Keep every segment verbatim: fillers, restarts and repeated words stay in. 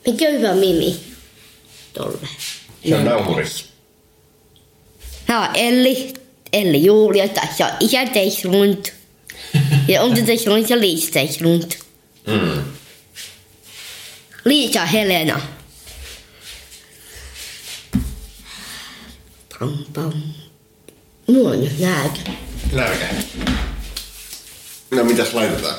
Mikä on hyvä nimi tolle? Se on Naumuri. Ja, Elli. Elli Julia, tässä on isä Teislund. Ja on Teislund ja Liisa Teislund. Mm. Liisa Helena. Pam, pam. Mulla on nyt nälkä. Nälkä. No mitäs laitetaan?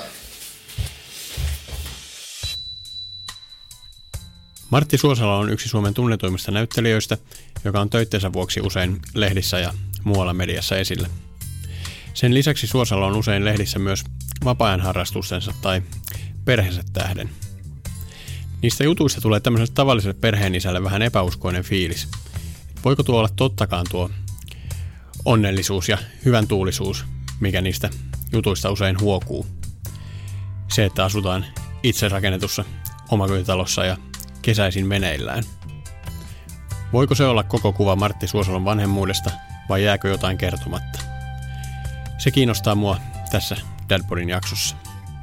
Martti Suosalo on yksi Suomen tunnetuimmista näyttelijöistä, joka on töittensä vuoksi usein lehdissä ja muualla mediassa esillä. Sen lisäksi Suosalo on usein lehdissä myös vapaa-ajan harrastustensa tai perheensä tähden. Niistä jutuista tulee tämmöiselle tavalliselle perheenisälle vähän epäuskoinen fiilis. Voiko tuo olla tottakaan tuo onnellisuus ja hyvän tuulisuus, mikä niistä jutuista usein huokuu? Se, että asutaan itse rakennetussa omakotitalossa ja kesäisin meneillään. Voiko se olla koko kuva Martti Suosalon vanhemmuudesta vai jääkö jotain kertomatta? Se kiinnostaa mua tässä Dadpodin jaksossa.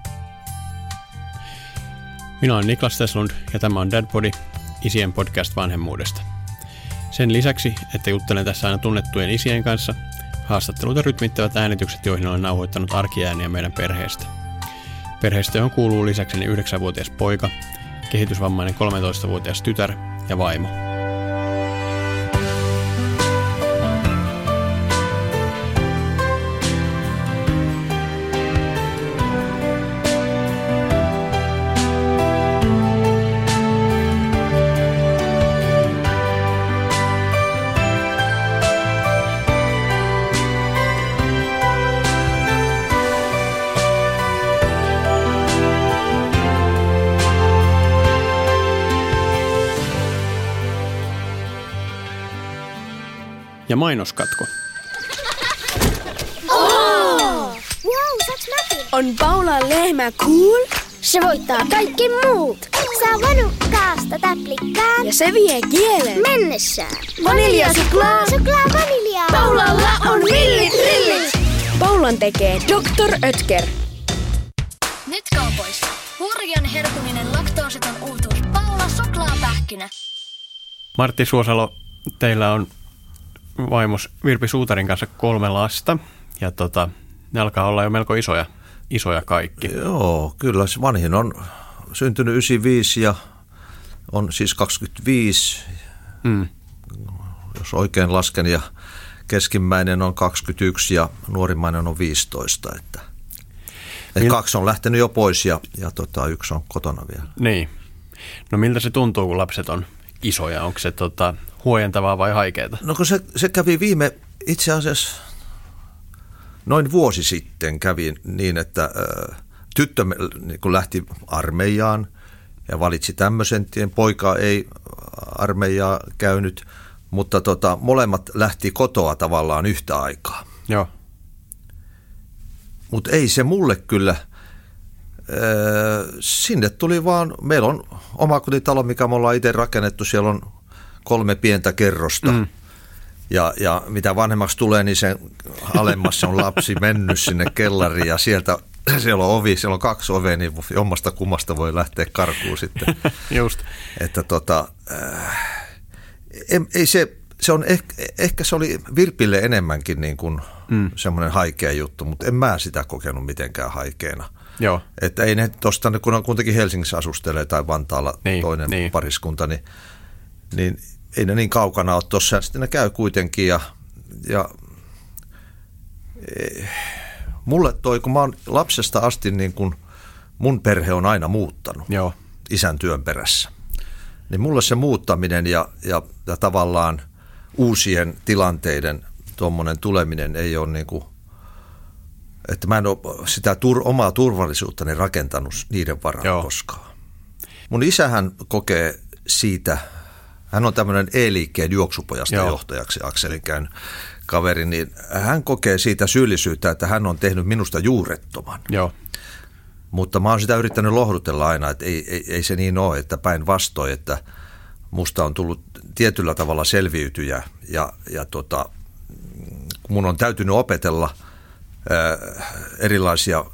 Minä olen Niklas Teslund ja tämä on Dadpodi, isien podcast vanhemmuudesta. Sen lisäksi, että juttelen tässä aina tunnettujen isien kanssa, haastatteluita rytmittävät äänitykset, joihin olen nauhoittanut arkiääniä meidän perheestä. Perheestä, johon kuuluu lisäkseni yhdeksänvuotias poika, kehitysvammainen kolmetoistavuotias tytär ja vaimo. Ja mainoskatko. Oh! Wow, saaks mäkin? On Paulan lehmä cool? Se voittaa kaikki muut. Saa vanukkaasta täplikkaan. Ja se vie kielen mennessään. Vaniljasuklaa. Suklaa vaniljaa. Paulalla on villit rillit. Paulan tekee doktor Oetker. Nyt kaupoissa. Hurjan herkullinen laktoositon uutuus. Paula suklaapähkinä. Martti Suosalo, teillä on vaimos Virpi Suutarin kanssa kolme lasta ja tota, ne alkaa olla jo melko isoja, isoja kaikki. Joo, kyllä. Vanhin on syntynyt yhdeksänkymmentäviisi ja on siis kaksikymmentäviisi, mm. jos oikein lasken, ja keskimmäinen on kaksikymmentäyksi ja nuorimmainen on viisitoista. Että, että Mil... kaksi on lähtenyt jo pois ja, ja tota, yksi on kotona vielä. Niin. No miltä se tuntuu, kun lapset on isoja? Onko se tota, huojentavaa vai haikeeta? No kun se, se kävi viime, itse asiassa noin vuosi sitten kävi niin, että ä, tyttö niin kun lähti armeijaan ja valitsi tämmöisen tien. Poika ei armeijaa käynyt, mutta tota, molemmat lähti kotoa tavallaan yhtä aikaa. Joo. Mutta ei se mulle kyllä. Sinne tuli vaan, meillä on omakotitalo, mikä me ollaan itse rakennettu, siellä on kolme pientä kerrosta. Mm. Ja, ja mitä vanhemmaksi tulee, niin sen alemmassa on lapsi mennyt sinne kellariin ja sieltä, siellä on ovi, siellä on kaksi ovea, niin jommasta kummasta voi lähteä karkuun sitten. Just. Että tota, äh, ei se, se on ehkä, ehkä se oli Virpille enemmänkin niin kuin mm. semmoinen haikea juttu, mutta en mä sitä kokenut mitenkään haikeena. Joo. Että ei ne tuosta, kun on kuitenkin Helsingissä asustelee tai Vantaalla niin, toinen niin. pariskunta, niin, niin ei ne niin kaukana ole tuossa. Sitten ne käy kuitenkin ja, ja e, mulle toi, kun mä oon lapsesta asti, niin kun mun perhe on aina muuttanut. Joo. Isän työn perässä. Niin mulle se muuttaminen ja, ja, ja tavallaan uusien tilanteiden tuommoinen tuleminen ei ole niin kuin, että mä en ole sitä tur, omaa turvallisuuttani rakentanut niiden varaan Joo. koskaan. Mun isähän kokee siitä, hän on tämmöinen E-liikkeen juoksupojasta Joo. johtajaksi, Akselin käyn kaveri, niin hän kokee siitä syyllisyyttä, että hän on tehnyt minusta juurettoman. Joo. Mutta mä oon sitä yrittänyt lohdutella aina, että ei, ei, ei se niin ole, että päinvastoin, että musta on tullut tietyllä tavalla selviytyjä ja, ja tota, mun on täytynyt opetella ää, erilaisia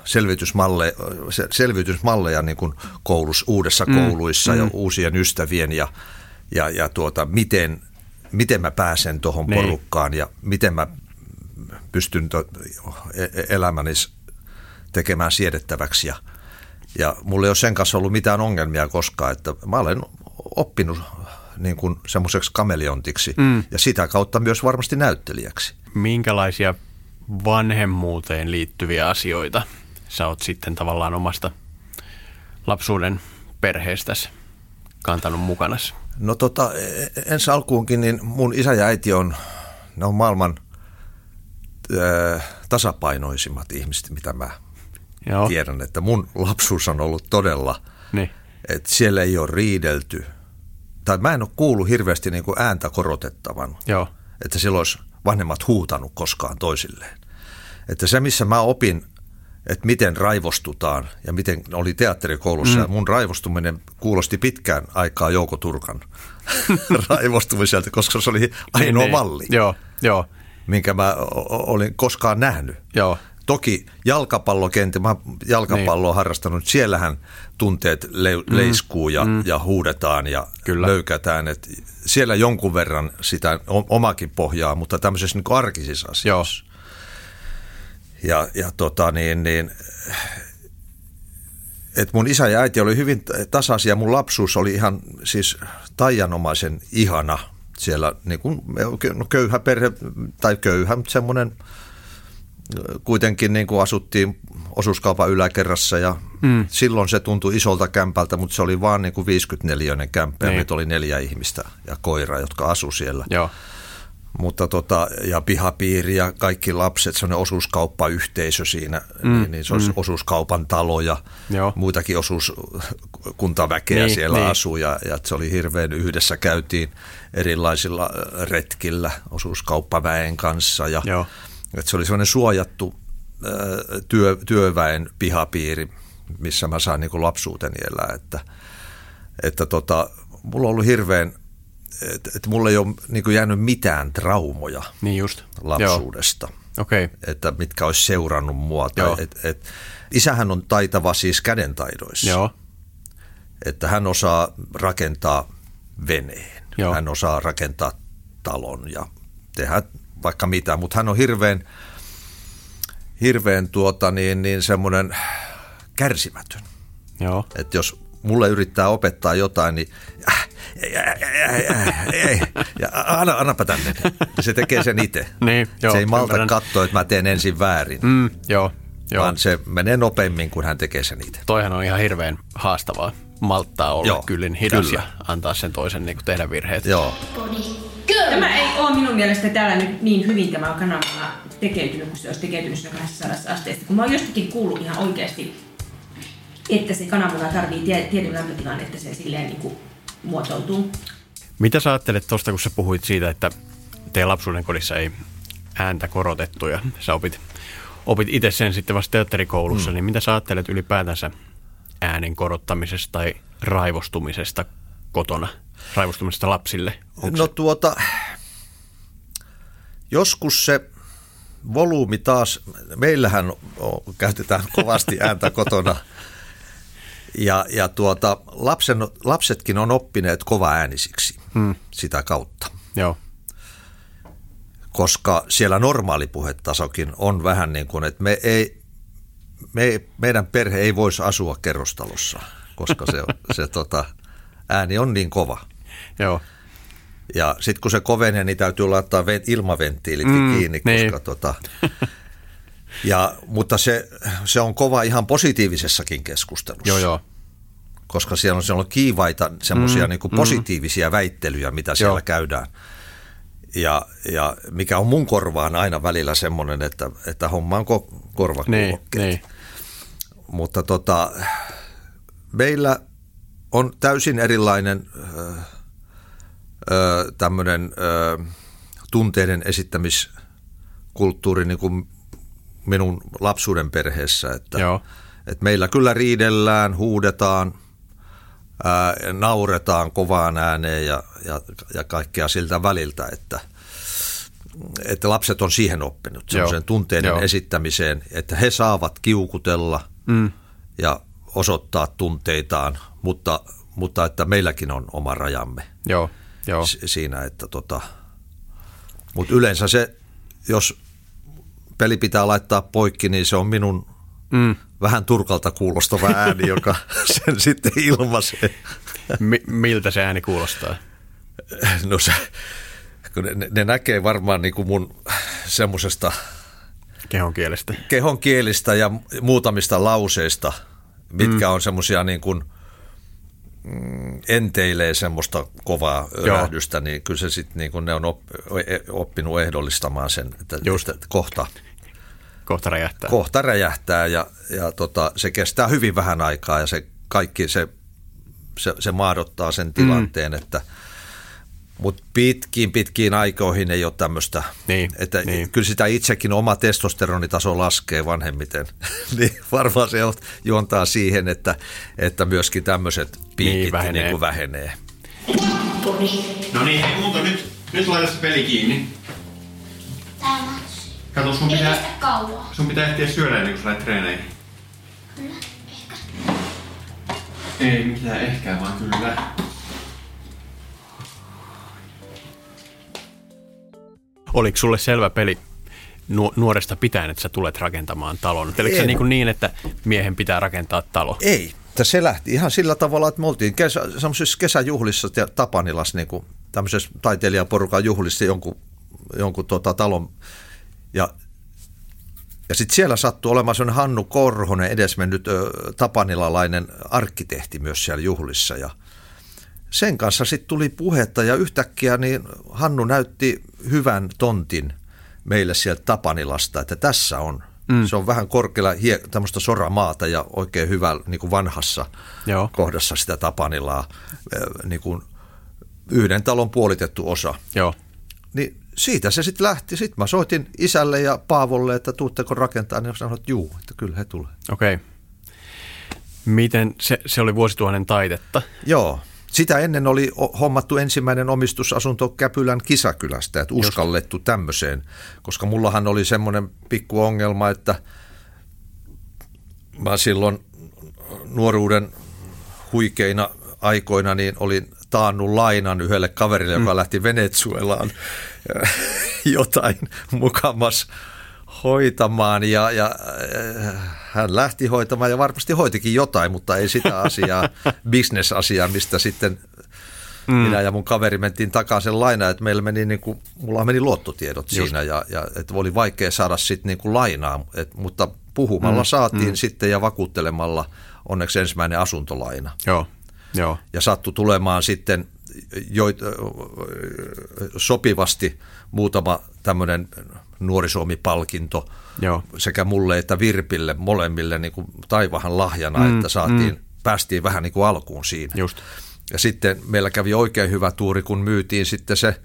selviytysmalleja, selviytysmalleja niin kuin koulussa, uudessa kouluissa mm, ja mm. uusien ystävien ja, ja, ja tuota, miten, miten mä pääsen tuohon niin. porukkaan ja miten mä pystyn to, elämäni tekemään siedettäväksi ja, ja mulla ei ole sen kanssa ollut mitään ongelmia koskaan, että mä olen oppinut niin kuin semmoiseksi kameleontiksi mm. ja sitä kautta myös varmasti näyttelijäksi. Minkälaisia vanhemmuuteen liittyviä asioita sä oot sitten tavallaan omasta lapsuuden perheestäsi kantanut mukanasi? No tota, ensi alkuunkin niin mun isä ja äiti on, ne on maailman äh, tasapainoisimmat ihmiset, mitä mä Joo. tiedän, että mun lapsuus on ollut todella, niin. että siellä ei ole riidelty. Tai mä en ole kuullut hirveästi niin kuin ääntä korotettavan, Joo. että siellä olisi vanhemmat huutanut koskaan toisilleen. Että se, missä mä opin, että miten raivostutaan ja miten oli teatterikoulussa, mm. ja mun raivostuminen kuulosti pitkään aikaa Jouko Turkan raivostumiselta, koska se oli ainoa niin, malli, Joo, jo. minkä mä olin koskaan nähnyt. Joo. Toki jalkapallokenttä, mä jalkapalloa niin. harrastanut, siellähän tunteet le- mm. leiskuu ja, mm. ja huudetaan ja Kyllä. löykätään. Et siellä jonkun verran sitä omakin pohjaa, mutta tämmöisessä niin kuin arkisissa asioissa. Joo. Ja, ja tota niin, niin että mun isä ja äiti oli hyvin tasaisia. Mun lapsuus oli ihan siis taianomaisen ihana siellä, niin kuin no, köyhä perhe tai köyhä, mutta semmoinen kuitenkin niin kuin asuttiin osuuskaupan yläkerrassa ja mm. silloin se tuntui isolta kämpältä, mutta se oli vaan niin kuin viisikymmentäneljäinen kämppä ja niin. meitä oli neljä ihmistä ja koira, jotka asu siellä. Joo. Mutta tota, ja pihapiiri ja kaikki lapset, se on osuuskauppayhteisö siinä, mm, niin, niin se olisi mm. osuuskaupan talo ja Joo. muitakin osuuskuntaväkeä niin, siellä niin. asuu ja, ja se oli hirveän yhdessä, käytiin erilaisilla retkillä osuuskauppaväen kanssa ja että se oli sellainen suojattu työ, työväen pihapiiri, missä mä sain niin kuin lapsuuteni elää, että, että tota, mulla on ollut hirveän Että et mulla ei ole niin kuin jäänyt mitään traumoja niin just. lapsuudesta, okay. että mitkä olisi seurannut mua. Tai, et, et, isähän on taitava siis kädentaidoissa, Joo. että hän osaa rakentaa veneen, Joo. hän osaa rakentaa talon ja tehdä vaikka mitä, mutta hän on hirveän, hirveän tuota, niin, niin semmoinen kärsimätön, Joo. että jos mulle yrittää opettaa jotain, niin äh, ei, ei, ei, ei, ja anna, annapa tänne. Ja se tekee sen itse. Niin, joo, se ei malta katsoa, että mä teen ensin väärin, mm, joo, joo. vaan se menee nopeammin, kun hän tekee sen itse. Toihan on ihan hirveän haastavaa malttaa olla joo, kyllin hidas kyllä. ja antaa sen toisen niin kuin tehdä virheet. Joo. Tämä ei ole minun mielestä täällä nyt niin hyvin tämä on kanavana tekeytynyt, kun se olisi tekeytynyt siinä kahdessasadassa asteesta. Kun mä oon jostakin kuullut ihan oikeasti, että se kananmuna tarvii tie, tietyn lämpötilan, että se silleen niin kuin muotoutuu. Mitä sä ajattelet tuosta, kun sä puhuit siitä, että teidän lapsuuden kodissa ei ääntä korotettu ja sä opit, opit itse sen sitten vasta teatterikoulussa, mm. niin mitä sä ajattelet ylipäätänsä äänen korottamisesta tai raivostumisesta kotona, raivostumisesta lapsille? Onko no se? tuota, joskus se volyymi taas, meillähän on, käytetään kovasti ääntä kotona. Ja, ja tuota, lapsen, lapsetkin on oppineet kovaäänisiksi hmm. sitä kautta, Joo. koska siellä normaalipuhetasokin on vähän niin kuin, että me ei, me, meidän perhe ei voisi asua kerrostalossa, koska se, se tota, ääni on niin kova. Joo. Ja sitten kun se kovenee, niin täytyy laittaa ilmaventtiilit mm, kiinni, niin. koska tota, ja, mutta se, se on kova ihan positiivisessakin keskustelussa. Joo, joo. Koska siellä on, siellä on kiivaita semmoisia mm, niin kuin positiivisia mm. väittelyjä, mitä siellä joo. käydään. Ja, ja mikä on mun korvaan aina välillä semmoinen, että, että homma on ko- korvakuulokkeet. Niin, niin. Mutta tota, meillä on täysin erilainen ö, ö, tämmöinen ö, tunteiden esittämiskulttuuri niin kuin minun lapsuuden perheessä, että, että meillä kyllä riidellään, huudetaan, ää, nauretaan kovaan ääneen ja, ja, ja kaikkea siltä väliltä, että että lapset on siihen oppinut, semmoisen tunteiden Joo. esittämiseen, että he saavat kiukutella mm. ja osoittaa tunteitaan, mutta, mutta että meilläkin on oma rajamme Joo. Joo. siinä, että tota, mutta yleensä se, jos peli pitää laittaa poikki, niin se on minun mm. vähän turkalta kuulostava ääni, joka sen sitten ilmaisee. Mi- miltä se ääni kuulostaa? No se, kun ne, ne näkee varmaan niin kuin mun semmoisesta kehonkielestä. kehonkielistä ja muutamista lauseista, mitkä mm. on semmoisia niin kuin mm, enteilee semmoista kovaa örähdystä, niin kyllä se sitten niin kuin ne on oppinut ehdollistamaan sen, että, että kohta, kohta räjähtää. Kohta räjähtää ja, ja tota, se kestää hyvin vähän aikaa ja se kaikki se, se, se maadottaa sen tilanteen, mm. että mutta pitkiin, pitkiin aikoihin ei ole tämmöistä, niin, että niin. kyllä sitä itsekin oma testosteronitaso laskee vanhemmiten, niin varmaan se juontaa siihen, että, että myöskin tämmöiset piikit niin, vähenee. Niin kuin vähenee. No niin, hei muuta, nyt, nyt laita se peli kiinni. Täällä. Kato, sun pitää, kauan. sun pitää ehtiä syödä ennen kuin sä lähdet treeneihin. Kyllä, ehkä. Ei mitään ehkää, vaan kyllä. Oliko sulle selvä peli nuoresta pitäen, että sä tulet rakentamaan talon? Oliko se niin, kuin niin, että miehen pitää rakentaa talo? Ei. Se lähti ihan sillä tavalla, että me oltiin kesä, semmoisessa kesäjuhlissa ja Tapanilassa, niin kuin tämmöisessä taiteilijaporukan juhlissa jonkun, jonkun tota, talon. Ja, ja sitten siellä sattui olemaan semmoinen Hannu Korhonen, edesmennyt ö, tapanilalainen arkkitehti myös siellä juhlissa. Ja sen kanssa sitten tuli puhetta ja yhtäkkiä niin Hannu näytti hyvän tontin meille sieltä Tapanilasta, että tässä on. Mm. Se on vähän korkealla hie, tämmöistä soramaata ja oikein hyvä niin kuin vanhassa Joo. kohdassa sitä Tapanilaa, niin kuin yhden talon puolitettu osa. Joo. Niin siitä se sitten lähti. Sitten mä soitin isälle ja Paavolle, että tuutteko rakentaa, niin sanoin, että juu, että kyllä he tulee. Okei. Okay. Miten se, se oli vuosituhannen taidetta? Joo. Sitä ennen oli hommattu ensimmäinen omistusasunto Käpylän Kisakylästä, että uskallettu tämmöiseen, koska mullahan oli semmoinen pikku ongelma, että mä silloin nuoruuden huikeina aikoina niin olin taannut lainan yhdelle kaverille, joka mm. lähti Venezuelaan jotain mukamas hoitamaan ja, ja hän lähti hoitamaan ja varmasti hoitikin jotain, mutta ei sitä asiaa, business-asiaa, mistä sitten mm. minä ja mun kaveri mentiin takaisin lainaan, että meillä meni niin kuin, mulla meni luottotiedot Just. siinä ja, ja että oli vaikea saada sitten niin kuin lainaa, et, mutta puhumalla mm. saatiin mm. sitten ja vakuuttelemalla onneksi ensimmäinen asuntolaina. Joo. Joo. Ja sattui tulemaan sitten jo, sopivasti muutama tämmöinen Nuori-Suomi-palkinto Joo. sekä mulle että Virpille molemmille niin kuin taivahan lahjana, mm, että saatiin, mm. päästiin vähän niin kuin alkuun siinä. Just. Ja sitten meillä kävi oikein hyvä tuuri, kun myytiin sitten se,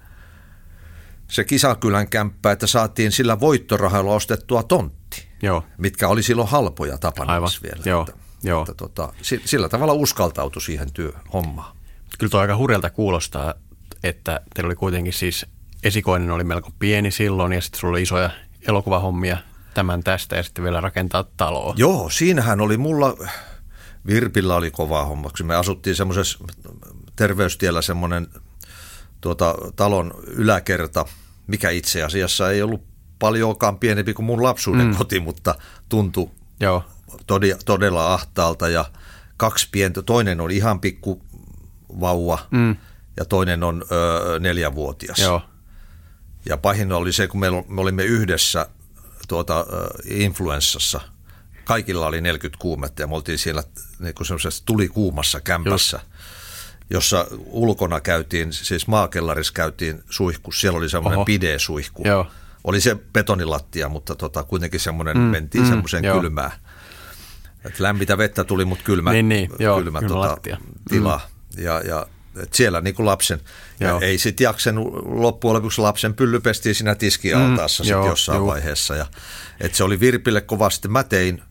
se Kisakylän kämppä, että saatiin sillä voittorahalla ostettua tontti, Joo. mitkä oli silloin halpoja Tapanilassa vielä. Joo. Että, Joo. että, tota, sillä tavalla uskaltautui siihen työhommaan. Kyllä tuo aika hurjalta kuulostaa, että teillä oli kuitenkin siis esikoinen oli melko pieni silloin ja sitten sulla oli isoja elokuvahommia tämän tästä ja sitten vielä rakentaa taloa. Joo, siinähän oli mulla, Virpillä oli kova homma, kun me asuttiin semmoisessa Terveystiellä semmoinen tuota, talon yläkerta, mikä itse asiassa ei ollut paljonkaan pienempi kuin mun lapsuuden mm. koti, mutta tuntui Joo. Todella, todella ahtaalta ja kaksi pientä, toinen on ihan pikku vauva mm. ja toinen on ö, neljävuotias. Joo. Ja pahin oli se, kun me, me olimme yhdessä tuota, influenssassa, kaikilla oli neljäkymmentä kuumetta ja me oltiin siellä niin kuin semmoisessa tulikuumassa kämpässä, Just. jossa ulkona käytiin, siis maakellarissa käytiin suihkussa, siellä oli semmoinen pide-suihku. Joo. Oli se betonilattia, mutta tota, kuitenkin semmoinen, mm. mentiin mm. semmoiseen kylmään. Et lämpitä vettä tuli, mutta kylmä, niin, niin. Joo, kylmä, kylmä tota, tila. Mm. Ja, ja et siellä niin kuin lapsen, ja ei sitten jaksenut loppujen lopuksi lapsen pylly pestiin siinä tiskialtaassa mm. sit jossain joo. vaiheessa. Ja, et se oli Virpille kovasti. Mä tein,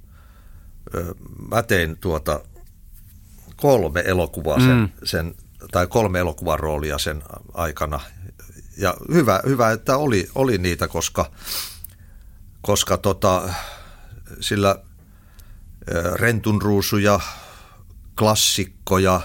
mä tein tuota kolme elokuvaa sen, mm. sen, tai kolme elokuvan roolia sen aikana. ja hyvä, hyvä että oli, oli niitä, koska, koska tota, sillä Rentunruusuja, klassikkoja,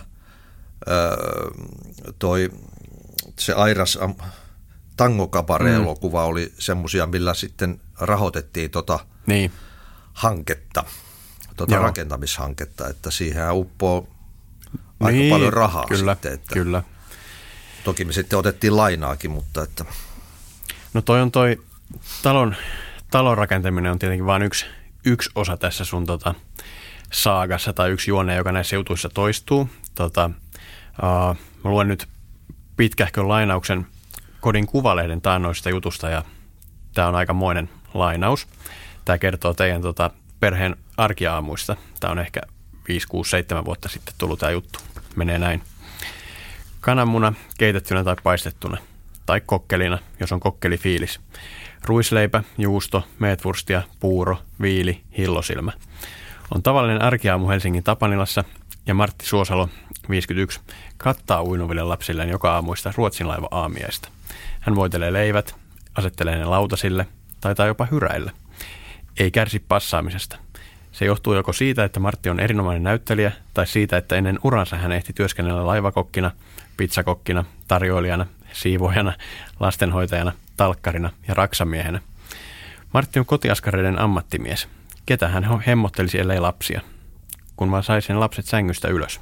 toi se Airas Tangokapare-elokuva oli semmoisia, millä sitten rahoitettiin tota niin. hanketta, tota rakentamishanketta, että siihen uppoo aika niin, paljon rahaa kyllä, sitten. Että kyllä. Toki me sitten otettiin lainaakin, mutta että... No toi on toi talon, talon rakentaminen on tietenkin vain yksi, yksi osa tässä sun tota saagassa tai yksi juone, joka näissä jutuissa toistuu. Tota, uh, mä luen nyt pitkähkön lainauksen Kodin Kuvalehden taannoista jutusta ja tämä on aikamoinen lainaus. Tämä kertoo teidän tota, perheen arkiaamuista. Tämä on ehkä viisi, kuusi, seitsemän vuotta sitten tullut tämä juttu. Menee näin. Kananmuna keitettynä tai paistettuna. Tai kokkelina, jos on kokkelifiilis. Ruisleipä, juusto, meetwurstia, puuro, viili, hillosilmä. On tavallinen arkiaamu Helsingin Tapanilassa ja Martti Suosalo, viisikymmentäyksi, kattaa uinuville lapsilleen joka aamuista Ruotsin laiva aamiaista. Hän voitelee leivät, asettelee ne lautasille, taitaa jopa hyräillä. Ei kärsi passaamisesta. Se johtuu joko siitä, että Martti on erinomainen näyttelijä, tai siitä, että ennen uransa hän ehti työskennellä laivakokkina, pizzakokkina, tarjoilijana, siivoojana, lastenhoitajana, talkkarina ja raksamiehenä. Martti on kotiaskareiden ammattimies. Ketä hän hemmottelisi ellei lapsia, kun vaan sai sen lapset sängystä ylös.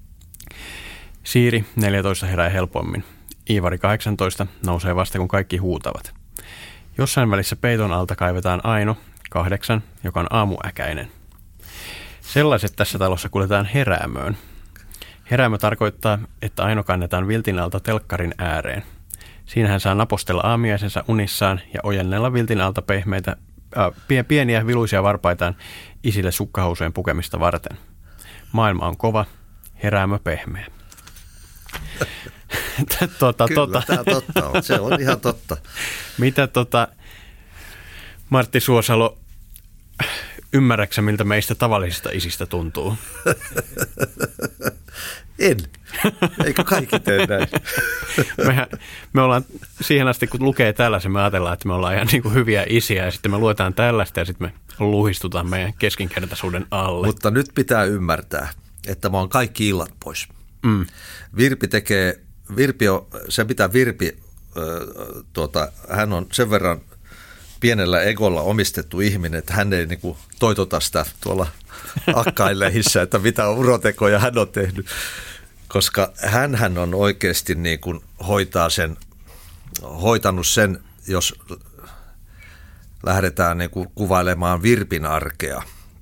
Siiri, neljätoista, herää helpommin. Iivari, kahdeksantoista, nousee vasta kun kaikki huutavat. Jossain välissä peiton alta kaivetaan Aino, kahdeksan, joka on aamuäkäinen. Sellaiset tässä talossa kuljetaan heräämöön. Heräämö tarkoittaa, että Aino kannetaan viltin alta telkkarin ääreen. Siinä hän saa napostella aamiaisensa unissaan ja ojennella viltin alta pehmeitä, äh, pieniä viluisia varpaitaan isille sukkahousujen pukemista varten. Maailma on kova, heräämö pehmeä. tuota, Kyllä, tuota. tämä totta on. Se on ihan totta. Mitä tota, Martti Suosalo, ymmärräksä miltä meistä tavallisista isistä tuntuu? En. Eikö kaikki tee näin? Mehän, me ollaan siihen asti, kun lukee tällaisen, me ajatellaan, että me ollaan ihan niin kuin hyviä isiä ja sitten me luetaan tällaista ja sitten me luhistutaan meidän keskinkertaisuuden alle. Mutta nyt pitää ymmärtää, että mä oon kaikki illat pois. Mm. Virpi tekee, Virpi on, se mitä Virpi, äh, tuota, hän on sen verran pienellä egolla omistettu ihminen, että hän ei niinku toitota sitä tuolla akkainlehissä, että mitä urotekoja hän on tehnyt, koska hänhän on oikeasti niin kuin hoitaa sen, hoitanut sen, jos lähdetään niin kuin kuvailemaan Virpin arkea,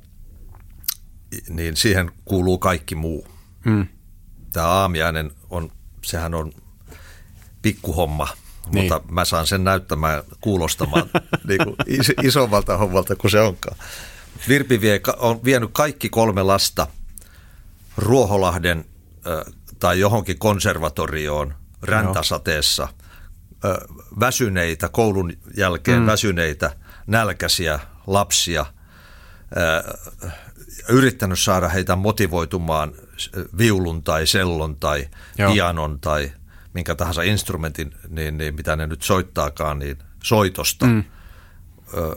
niin siihen kuuluu kaikki muu. Hmm. Tämä aamiainen on, sehän on pikkuhomma. Niin. Mutta mä saan sen näyttämään, kuulostamaan niin kuin isommalta hommalta kuin se onkaan. Virpi vie, on vienyt kaikki kolme lasta Ruoholahden äh, tai johonkin konservatorioon räntäsateessa. Äh, väsyneitä, koulun jälkeen mm. väsyneitä, nälkäisiä lapsia. Äh, yrittänyt saada heitä motivoitumaan viulun tai sellon tai Joo. pianon tai minkä tahansa instrumentin, niin, niin mitä ne nyt soittaakaan, niin soitosta. Mm. Ö,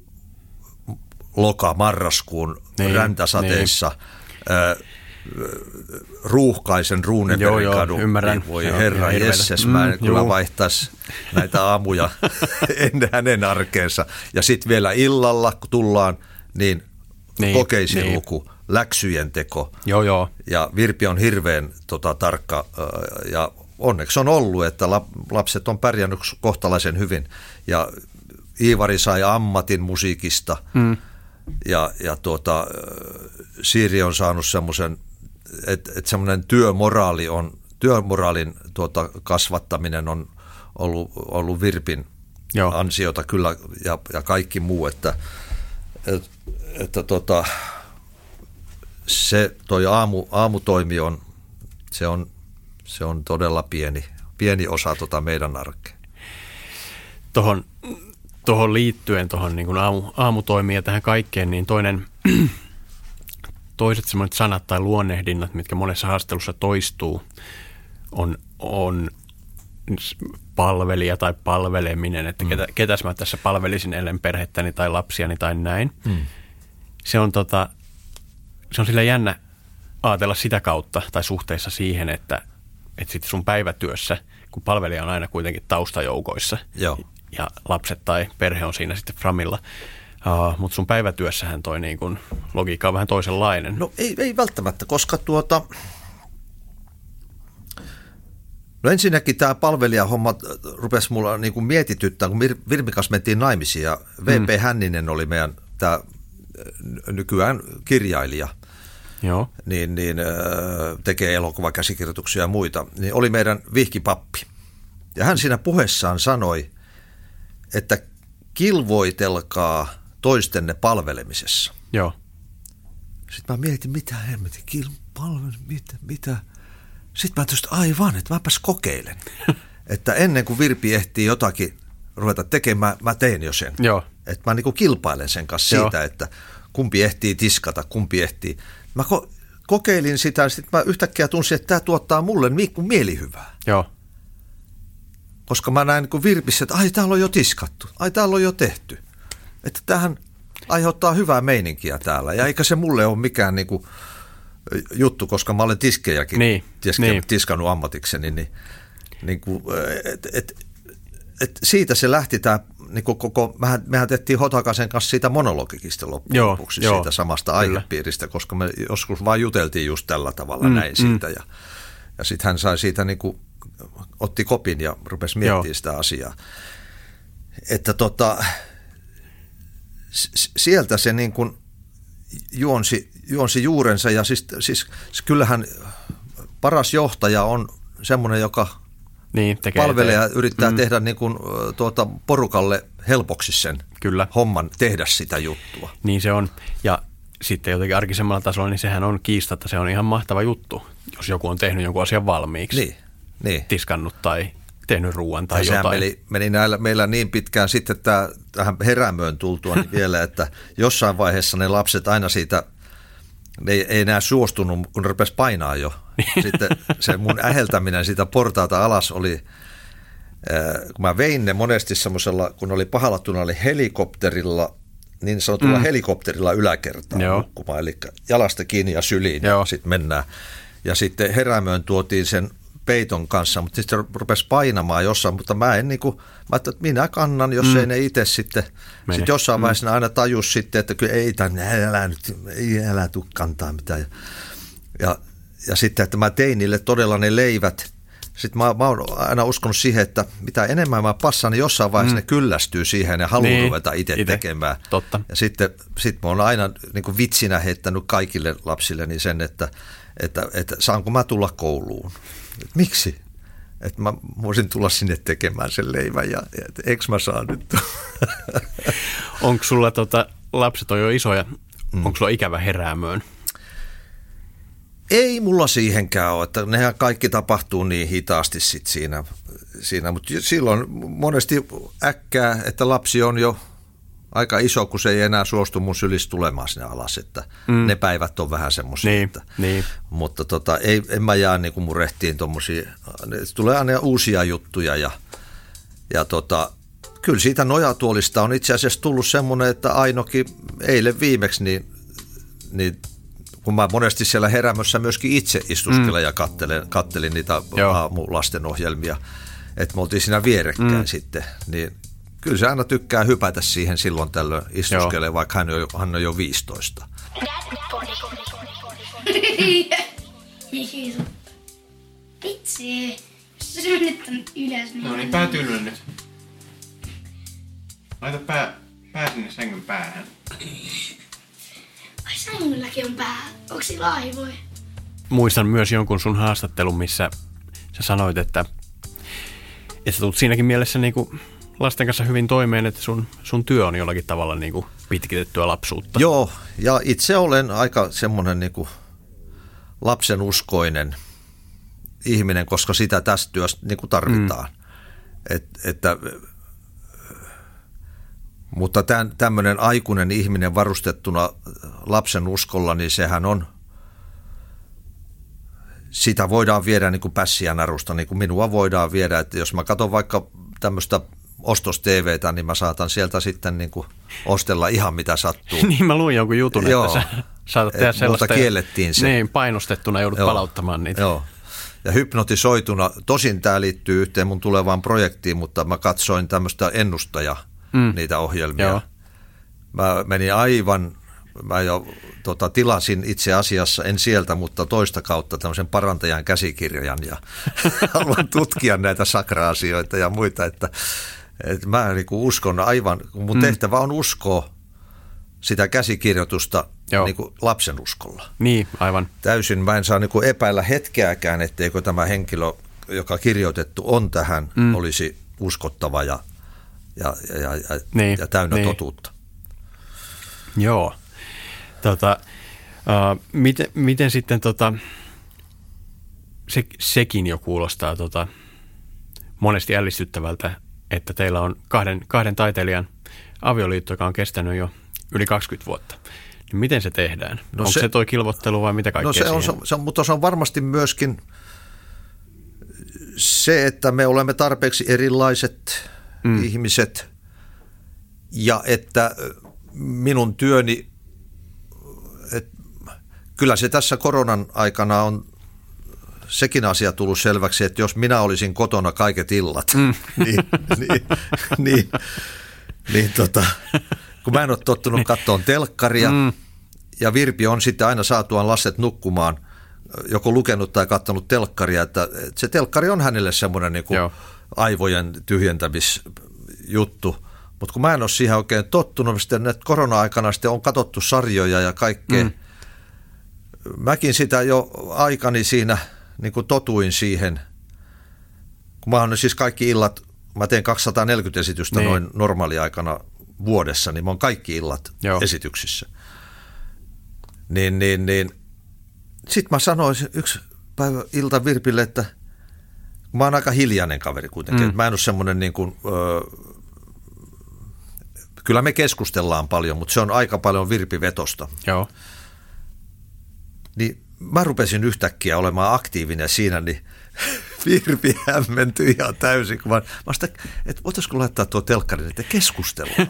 loka-marraskuun niin, räntäsateissa, niin. ö, ruuhkaisen Ruunebergin kadun. Ymmärrän. Niin voi Joo, herra jesses, mä en mm, kyllä juu. vaihtaisi näitä aamuja ennen hänen arkeensa. Ja sitten vielä illalla, kun tullaan, niin, niin kokeisiin niin. luku, läksyjen teko. Joo, joo. Ja Virpi on hirveän tota, tarkka ja onneksi on ollut, että lapset on pärjännyt kohtalaisen hyvin ja Iivari sai ammatin musiikista mm. ja, ja tuota, Siiri on saanut semmoisen, että et semmoinen työmoraali on, työmoraalin tuota, kasvattaminen on ollut, ollut Virpin Joo. ansiota kyllä ja, ja kaikki muu, että, et, että tota, se toi aamu, aamutoimi on, se on Se on todella pieni, pieni osa tuota meidän arkea. Tuohon, tuohon liittyen, tuohon niin kuin aamu, aamutoimiin ja tähän kaikkeen, niin toinen, toiset sellaiset sanat tai luonnehdinnat, mitkä monessa haastattelussa toistuu, on, on palvelija tai palveleminen, että mm. ketä, ketäs mä tässä palvelisin ellen perhettäni tai lapsiani tai näin. Mm. Se on, tota, se on sillä jännä ajatella sitä kautta tai suhteessa siihen, että, että sitten sun päivätyössä, kun palvelija on aina kuitenkin taustajoukoissa Joo. ja lapset tai perhe on siinä sitten framilla, uh, mutta sun päivätyössähän toi niin kun logiikka on vähän toisenlainen. No ei, ei välttämättä, koska tuota... No ensinnäkin tämä palvelijahomma rupesi mulla niin kuin mietityttää, kun Virmin kanssa mentiin naimisiin ja V P Mm. Hänninen oli meidän tämä nykyään kirjailija, Joo. Niin, niin tekee elokuvakäsikirjoituksia ja muita, niin oli meidän vihkipappi. Ja hän siinä puheessaan sanoi, että kilvoitelkaa toistenne palvelemisessa. Joo. Sitten mä mietin, mitä hemmetin, kilpalvelu, mitä, mitä... Sitten mä tietysti aivan, että mäpäs kokeilen. Että ennen kuin Virpi ehtii jotakin ruveta tekemään, mä tein jo sen. Joo. Että mä niinku kilpailen sen kanssa Joo. siitä, että kumpi ehtii tiskata, kumpi ehtii. Mä ko- kokeilin sitä ja sitten mä yhtäkkiä tunsin, että tämä tuottaa mulle mielihyvää. Joo. Koska mä näin niin Virpissä, että ai täällä on jo tiskattu, ai täällä on jo tehty. Että tämähän aiheuttaa hyvää meininkiä täällä ja eikä se mulle ole mikään niinku juttu, koska mä olen tiskejäkin niin, tiske, niin. tiskannut ammatikseni, niin, niin kuin, et, et, et siitä se lähti tämä, niin koko, mehän, mehän tehtiin Hotakasen kanssa siitä monologikista loppujen lopuksi, siitä joo, samasta aihepiiristä, koska me joskus vaan juteltiin just tällä tavalla mm, näin mm. siitä, ja, ja sitten hän sai siitä, niin kuin, otti kopin ja rupesi miettimään joo. sitä asiaa. Että tota, sieltä se niin kuin juonsi, juonsi juurensa ja siis, siis kyllähän paras johtaja on semmoinen, joka niin, palvelee ja yrittää mm. tehdä niin kuin, tuota, porukalle helpoksi sen Kyllä. homman, tehdä sitä juttua. Niin se on. Ja sitten jotenkin arkisemmalla tasolla, niin sehän on kiistatta, se on ihan mahtava juttu, jos joku on tehnyt jonkun asian valmiiksi. Niin, niin. Tiskannut tai tehnyt ruoan tai ja jotain. Meni, meni näillä, meillä niin pitkään sitten tämä, tähän Herämöön tultua niin vielä, että jossain vaiheessa ne lapset aina siitä, ne ei, ei enää suostunut, kun ne rupesi painaa jo. Sitten se mun äheltäminen siitä portaalta alas oli, äh, kun mä vein ne monesti semmoisella, kun oli pahalattuna, oli helikopterilla, niin sanotulla mm. helikopterilla yläkertaan nukkumaan, eli jalasta kiinni ja syliin, ja sitten mennään. Ja sitten Herämöön tuotiin sen peiton kanssa, mutta sitten se rupesi painamaan jossain, mutta mä en niin kuin, mä ajattelin, että minä kannan, jos mm. ei ne itse sitten, sitten jossain vaiheessa mm. aina tajus sitten, että kyllä ei tänne, älä nyt, ei älä tuu kantaa mitään. Ja, ja sitten, että mä tein niille todella ne leivät. Sitten mä, mä oon aina uskonut siihen, että mitä enemmän mä passaan, niin jossain vaiheessa mm. ne kyllästyy siihen ja haluaa niin, ruveta itse tekemään. Totta. Ja sitten sit mä oon aina niin kuin vitsinä heittänyt kaikille lapsilleni sen, että, että, että saanko mä tulla kouluun. Et miksi? Että mä voisin tulla sinne tekemään sen leivän ja et, eikö mä saa nyt? Onko sulla tota, lapset on jo isoja, mm. onko sulla ikävä Heräämöön? Ei mulla siihenkään ole, että nehän kaikki tapahtuu niin hitaasti sit siinä, siinä, mutta silloin monesti äkkää, että lapsi on jo aika iso, kun se ei enää suostu mun sylissä tulemaan sinne alas, että mm. ne päivät on vähän semmoisia. Niin, että, niin. Mutta tota, ei, en mä jää niin kuin murehtiin tommosia, tulee aina uusia juttuja ja, ja tota, kyllä siitä nojatuolista on itse asiassa tullut semmoinen, että Ainokin eilen viimeksi, niin, niin kun mä monesti siellä Herämössä myöskin itse istuskelen mm. ja kattelen, kattelin niitä aamulastenohjelmia, että me oltiin siinä vierekkäin mm. sitten, niin kyllä se aina tykkää hypätä siihen silloin tällöin istuskelee, vaikka hän on, jo, hän on jo viisitoista. Vitsi, jos se nyt on ylös. Niin no niin, pää tylyllä nyt. Laita pää, pää sinne sängyn päähän. Ai sängylläkin on pää. Onko sillä aivoja? Muistan myös jonkun sun haastattelun, missä sä sanoit, että, että sä tulet siinäkin mielessä niinku lasten kanssa hyvin toimeen, että sun, sun työ on jollakin tavalla niinku pitkitettyä lapsuutta. Joo, ja itse olen aika semmoinen niinku lapsenuskoinen ihminen, koska sitä tässä työssä niinku tarvitaan. Mm. Et, että, mutta tämän, tämmöinen aikuinen ihminen varustettuna lapsen uskolla, niin sehän on, sitä voidaan viedä niin kuin pässiä narusta, niin kuin minua voidaan viedä. Että jos mä katson vaikka tämmöistä ostos-tvtä, niin mä saatan sieltä sitten niin kuin ostella ihan mitä sattuu. Niin mä luin jonkun jutun, Joo. että sä saatat tehdä sellaista. Mutta kiellettiin se. Niin, painostettuna joudut Joo. palauttamaan niitä. Joo. Ja hypnotisoituna, tosin tämä liittyy yhteen mun tulevaan projektiin, mutta mä katsoin tämmöistä ennustaja, mm. niitä ohjelmia. Joo. Mä menin aivan, mä jo tota, tilasin itse asiassa, en sieltä, mutta toista kautta tämmöisen parantajan käsikirjan ja haluan tutkia näitä sakra-asioita ja muita, että, että mä niin kuin uskon aivan, mun tehtävä on uskoa sitä käsikirjoitusta niin kuin lapsen uskolla. Niin, aivan. Täysin mä en saa niin kuin epäillä hetkeäkään, etteikö tämä henkilö, joka kirjoitettu on tähän, mm. olisi uskottava ja, ja, ja, ja, niin, ja täynnä niin. totuutta. Joo. Tota, uh, miten, miten sitten tota, se, sekin jo kuulostaa tota, monesti ällistyttävältä, että teillä on kahden, kahden taiteilijan avioliitto, joka on kestänyt jo yli kaksikymmentä vuotta. Niin miten se tehdään? No Onko se, se toi kilvottelu vai mitä kaikkea no se on, se on, mutta se on varmasti myöskin se, että me olemme tarpeeksi erilaiset mm. ihmiset ja että minun työni, et, kyllä se tässä koronan aikana on sekin asia tullut selväksi, että jos minä olisin kotona kaiket illat, mm. niin, niin, niin, niin tota, kun mä en ole tottunut katsomaan telkkaria mm. ja Virpi on sitten aina saatuaan lapset nukkumaan, joko lukenut tai katsonut telkkaria, että, että se telkkari on hänelle semmoinen niin kuin aivojen tyhjentämisjuttu. Mutta kun mä en ole siihen oikein tottunut, sitten että korona-aikana sitten on katsottu sarjoja ja kaikkea. Mm. Mäkin sitä jo aikani siinä niin kuin totuin siihen. Kun mä oon siis kaikki illat, mä teen kaksisataaneljäkymmentä esitystä niin. noin normaaliaikana vuodessa, niin mä oon kaikki illat Joo. esityksissä. Niin, niin, niin. Sitten mä sanoin yksi päivä ilta Virpille, että mä oon aika hiljainen kaveri kuitenkin. Mm. Mä en ole semmoinen niin kuin... Öö, kyllä me keskustellaan paljon, mutta se on aika paljon Virpi-vetosta. Joo. Niin mä rupesin yhtäkkiä olemaan aktiivinen siinä, niin Virpi hämmentyi ihan täysin. Kun mä, mä sitä, että voitaisiko laittaa tuo telkkarin, että keskustellaan.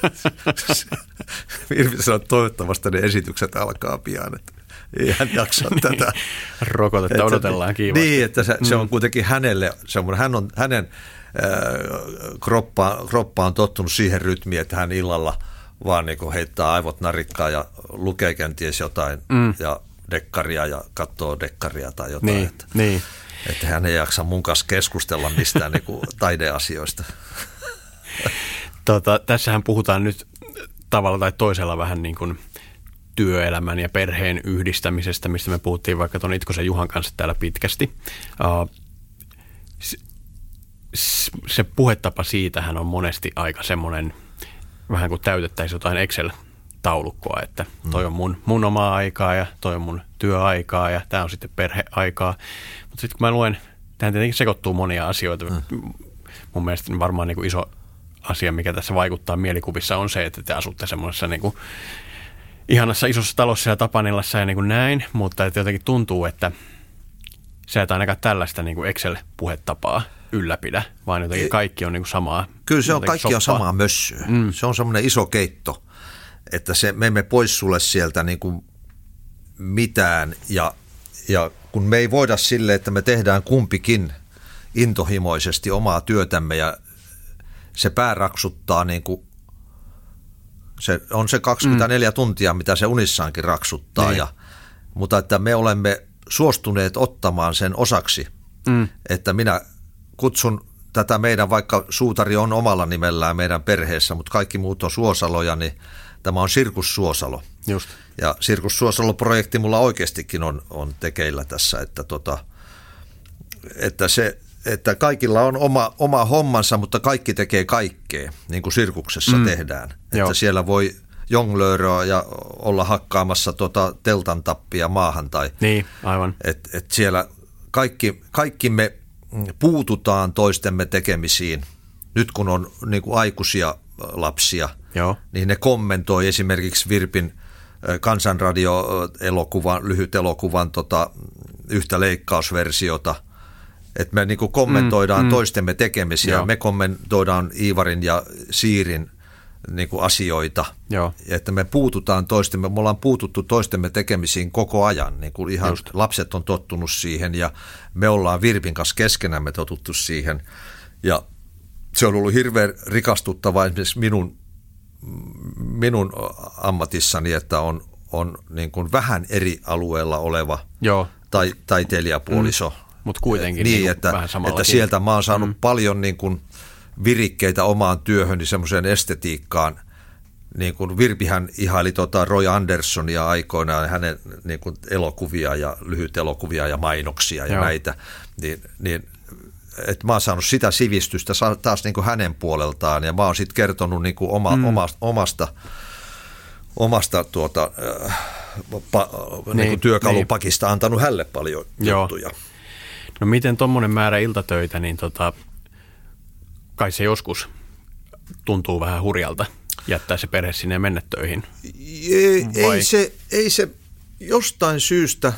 Virpi sanoi, että toivottavasti ne esitykset alkaa pian, että ei hän jaksa tätä. Rokotetta että, odotellaan kiivasti. Niin, että se, se on kuitenkin hänelle semmoinen, hän on hänen... Kroppa, kroppa on tottunut siihen rytmiin, että hän illalla vaan niin kuin heittää aivot narikkaan ja lukee kenties jotain mm. ja dekkaria ja katsoo dekkaria tai jotain. Niin, että, niin. että hän ei jaksa mun kanssa keskustella mistään niin kuin taideasioista. Tota, tässähän puhutaan nyt tavalla tai toisella vähän niin kuin työelämän ja perheen yhdistämisestä, mistä me puhuttiin vaikka tuon Itkosen Juhan kanssa täällä pitkästi. Uh, se puhetapa siitähän on monesti aika semmoinen, vähän kuin täytettäisiin jotain Excel-taulukkoa, että toi on mun, mun omaa aikaa ja toi on mun työaikaa ja tämä on sitten perheaikaa. Mutta sitten kun mä luen, tähän tietenkin sekoittuu monia asioita. Mm. Mun mielestä varmaan niin kuin iso asia, mikä tässä vaikuttaa mielikuvissa on se, että te asutte semmoisessa niin kuin ihanassa isossa talossa ja Tapanilassa ja niin kuin näin, mutta että jotenkin tuntuu, että sä et ainakaan tällaista niin kuin Excel-puhetapaa ylläpidä, vaan jotenkin kaikki on niin kuin samaa. Kyllä se on, kaikki soppaa. On samaa mössöä. Mm. Se on semmoinen iso keitto, että se, me emme pois sulle sieltä niin kuin mitään ja, ja kun me ei voida sille, että me tehdään kumpikin intohimoisesti omaa työtämme ja se pää raksuttaa niin kuin, se on se kaksikymmentäneljä mm. tuntia, mitä se unissaankin raksuttaa, niin. ja, mutta että me olemme suostuneet ottamaan sen osaksi, mm. että minä kutsun tätä meidän, vaikka suutari on omalla nimellään meidän perheessä, mutta kaikki muut on Suosaloja, niin tämä on Sirkus Suosalo. Just. Ja Sirkus Suosalo-projekti mulla oikeastikin on, on tekeillä tässä, että, tota, että, se, että kaikilla on oma, oma hommansa, mutta kaikki tekee kaikkea, niin kuin sirkuksessa mm. tehdään. Joo. Että siellä voi jonglööröä ja olla hakkaamassa tota teltan tappia maahan. Tai, niin, aivan. Että et siellä kaikki, kaikki me puututaan toistemme tekemisiin. Nyt kun on niin kuin aikuisia lapsia, Joo. niin ne kommentoi esimerkiksi Virpin Kansanradio-elokuvan, lyhyt elokuvan tota, yhtä leikkausversiota. Että me niinku kommentoidaan mm, toistemme tekemisiä. Joo. Me kommentoidaan Iivarin ja Siirin niinku asioita. Joo. Ja että me puututaan toistemme, me ollaan puututtu toistemme tekemisiin koko ajan. Niinku ihan Just. Lapset on tottunut siihen ja me ollaan Virpin kanssa keskenämme totuttu siihen. Ja se on ollut hirveän rikastuttavaa esimerkiksi minun, minun ammatissani, että on, on niin kuin vähän eri alueella oleva Joo. Tai, taiteilijapuoliso. Mm. Mutta kuitenkin niin, niin että, vähän samallakin. Että sieltä mä oon saanut mm. paljon niin kuin virikkeitä omaan työhöni, semmoiseen estetiikkaan. Niin kuin Virpihän ihaili tota Roy Andersonia aikoinaan, hänen niin kuin elokuvia ja lyhyt elokuvia ja mainoksia ja Joo. näitä. Niin, niin että mä oon saanut sitä sivistystä taas niin kuin hänen puoleltaan ja mä oon sitten kertonut niin kuin oma, mm. omasta, omasta, omasta tuota, äh, pa, niin, niin kuin työkalupakista niin. Antanut hälle paljon Joo. juttuja. No miten tommonen määrä iltatöitä, niin tota, kai se joskus tuntuu vähän hurjalta jättää se perhe sinne ja mennä töihin? Ei, ei, se, ei se jostain syystä,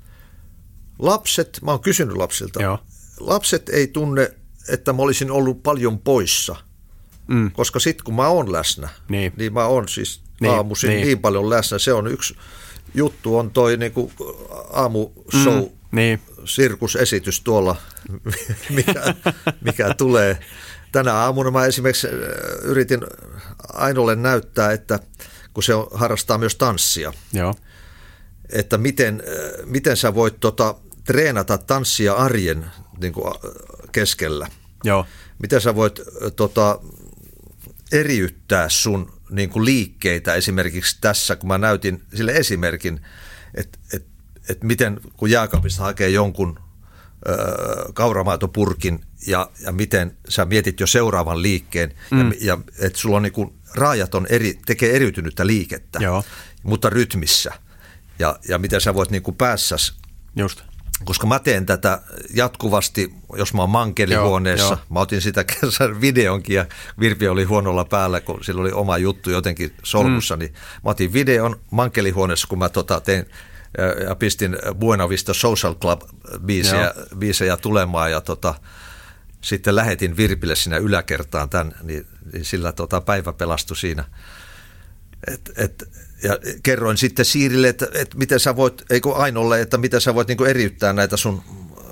lapset, mä oon kysynyt lapsilta, Joo. lapset ei tunne, että mä olisin ollut paljon poissa, mm. koska sitten kun mä oon läsnä, niin, niin mä oon siis niin, aamuisin niin. niin paljon läsnä. Se on yksi juttu, on toi niinku aamushow, mm, niin. sirkusesitys tuolla, mikä, mikä tulee. Tänä aamuna mä esimerkiksi yritin Ainolle näyttää, että kun se harrastaa myös tanssia, Joo. että miten, miten sä voit tota, treenata tanssia arjen niin kuin keskellä. Joo. Miten sä voit tota, eriyttää sun niin kuin liikkeitä esimerkiksi tässä, kun mä näytin sille esimerkin, että et, et miten kun jääkaapista hakee jonkun ö, kauramaitopurkin ja, ja miten sä mietit jo seuraavan liikkeen mm. ja, ja että sulla on niin kuin raajat on eri, tekee eriytynyttä liikettä, Joo. mutta rytmissä ja, ja miten sä voit niin kuin päässäs. Just. Koska mä teen tätä jatkuvasti, jos mä oon mankelihuoneessa, joo, joo. mä otin sitä kerran videonkin ja Virpi oli huonolla päällä, kun sillä oli oma juttu jotenkin solmussa, mm. niin mä otin videon mankelihuoneessa, kun mä tota tein ja pistin Buena Vista Social Club biisejä, biisejä tulemaan ja tota, sitten lähetin Virpille siinä yläkertaan tämän, niin, niin sillä tota päivä pelastui siinä. Et, et, ja kerroin sitten Siirille, että, että miten sä voit, eikö Ainolle, että miten sä voit niinku eriyttää näitä sun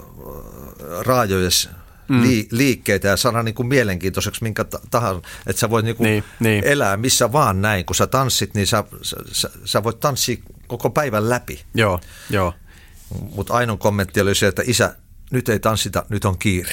raajojes mm. lii, liikkeitä ja saada niinku mielenkiintoiseksi minkä tahansa, että sä voit niinku niin, niin. elää missä vaan näin. Kun sä tanssit, niin sä, sä, sä voit tanssia koko päivän läpi. Joo, joo. Mutta Ainon kommentti oli se, että isä, nyt ei tanssita, nyt on kiire.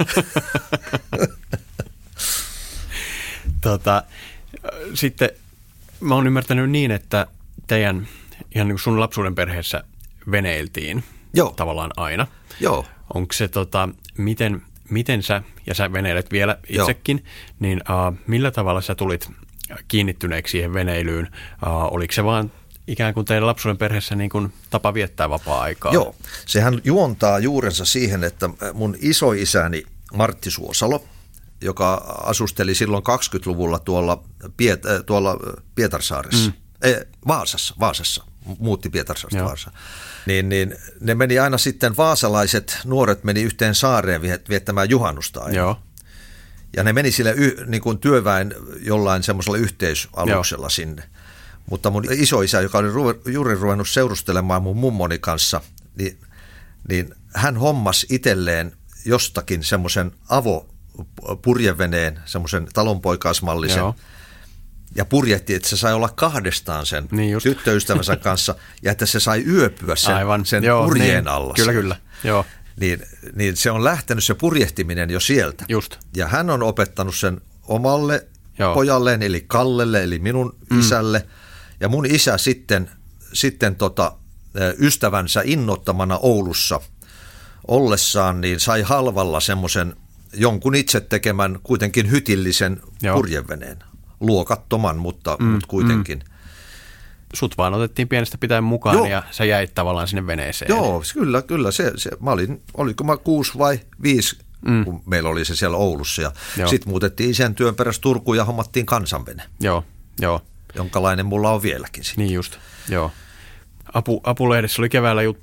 tota, sitten mä oon ymmärtänyt niin, että teidän ihan niin kuin sun lapsuuden perheessä veneiltiin Joo. tavallaan aina. Joo. Onko se, tota, miten, miten sä, ja sä veneilet vielä itsekin, Joo. niin uh, millä tavalla sä tulit kiinnittyneeksi siihen veneilyyn? Uh, oliko se vaan ikään kuin teidän lapsuuden perheessä niin kuin tapa viettää vapaa-aikaa? Joo, sehän juontaa juurensa siihen, että mun isoisäni Martti Suosalo, joka asusteli silloin kaksikymmentäluvulla tuolla, Piet, äh, tuolla Pietarsaaressa, mm. eh, Vaasassa, Vaasassa, muutti Pietarsaaresta Joo. Vaasaan. Niin, niin ne meni aina sitten, vaasalaiset nuoret meni yhteen saareen viettämään juhannusta aina. Joo. Ja ne meni sille y, niin kuin työväen jollain semmoisella yhteisaluksella Joo. sinne. Mutta mun isoisä, joka oli ruve, juuri ruvennut seurustelemaan mun mummoni kanssa, niin, niin hän hommasi itselleen jostakin semmoisen avo purjeveneen, semmoisen talonpoikaismallisen, Joo. ja purjehti, että se sai olla kahdestaan sen niin tyttöystävänsä kanssa, ja että se sai yöpyä sen, Aivan. sen Joo, purjeen niin. alla. Kyllä, kyllä. Joo. Niin, niin se on lähtenyt se purjehtiminen jo sieltä. Just. Ja hän on opettanut sen omalle Joo. pojalleen, eli Kallelle, eli minun mm. isälle, ja mun isä sitten, sitten tota, ystävänsä innottamana Oulussa ollessaan, niin sai halvalla semmoisen jonkun itse tekemän kuitenkin hytillisen Joo. purjeveneen. Luokattoman, mutta, mm, mutta kuitenkin. Mm. Sut vaan otettiin pienestä pitäen mukaan Joo. ja sä jäit tavallaan sinne veneeseen. Joo, kyllä, kyllä. Se, se, mä olin, oliko mä kuusi vai viisi, mm. kun meillä oli se siellä Oulussa. Ja sitten muutettiin isän työn perässä Turkuun ja hommattiin kansanvene. Joo, joo. Jonkalainen mulla on vieläkin sitten. Niin just, joo. Apu, Apulehdessä oli keväällä juttu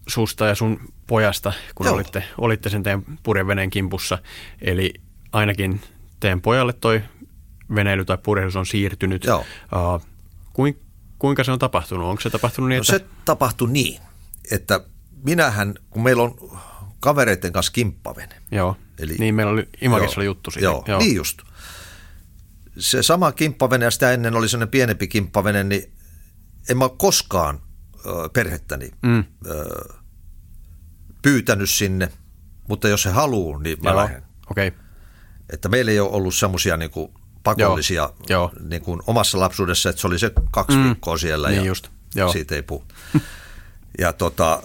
susta ja sun pojasta, kun olitte, olitte sen teidän purjeveneen kimpussa. Eli ainakin teidän pojalle toi veneily tai purjehdus on siirtynyt. Joo. Uh, kuin, kuinka se on tapahtunut? Onko se tapahtunut niin, no että... se tapahtui niin, että minähän, kun meillä on kavereiden kanssa kimppavene. Joo, eli, niin meillä oli Imakissa oli juttu siitä. Joo, joo, niin just. Se sama kimppavene ja sitä ennen oli sellainen pienempi kimppavene, niin en mä ole koskaan ö, perhettäni mm. ö, pyytänyt sinne, mutta jos he haluaa, niin mä lähden. Okay. Että meillä ei ole ollut semmoisia niin kuin pakollisia Joo. niin kuin omassa lapsuudessa, että se oli se kaksi mm. viikkoa siellä niin ja just. Joo. siitä ei puhu. Ja tota,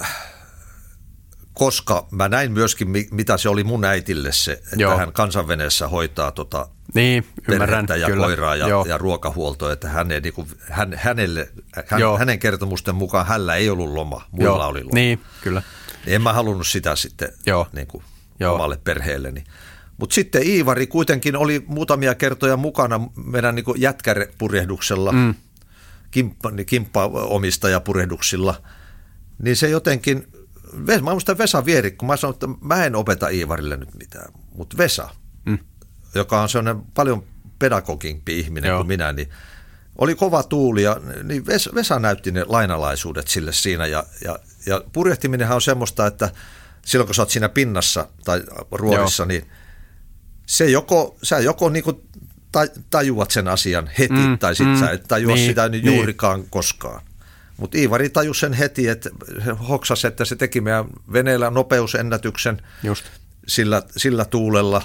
koska mä näin myöskin, mitä se oli mun äitille se, että Joo. hän kansanveneessä hoitaa tota niin, perhettä ja kyllä. koiraa ja, ja ruokahuoltoa, että hän ei, niin kuin, hän, hänelle, hän, hänen kertomusten mukaan hänellä ei ollut loma, muilla Joo. oli loma. Niin, kyllä. En mä halunnut sitä sitten niin kuin omalle perheelleni. Mutta sitten Iivari kuitenkin oli muutamia kertoja mukana meidän niin kuin jätkärepurjehduksella, mm. kimppa, kimppaomistajapurjehduksilla, niin se jotenkin, mä muistan Vesa Vieri, kun mä sanoin, että mä en opeta Iivarille nyt mitään, mutta Vesa, mm. joka on sellainen paljon pedagogimpi ihminen Joo. kuin minä, niin oli kova tuuli ja niin Vesa näytti ne lainalaisuudet sille siinä ja, ja, ja purjehtiminenhän on semmoista, että silloin kun sä oot siinä pinnassa tai ruorissa, Joo. niin se joko, sä joko niinku tajuat sen asian heti mm, tai sit mm, sä et tajua niin, sitä niin juurikaan niin. koskaan. Mutta Iivari tajusi sen heti, että se hoksasi, että se teki meidän veneellä nopeusennätyksen Just. Sillä, sillä tuulella.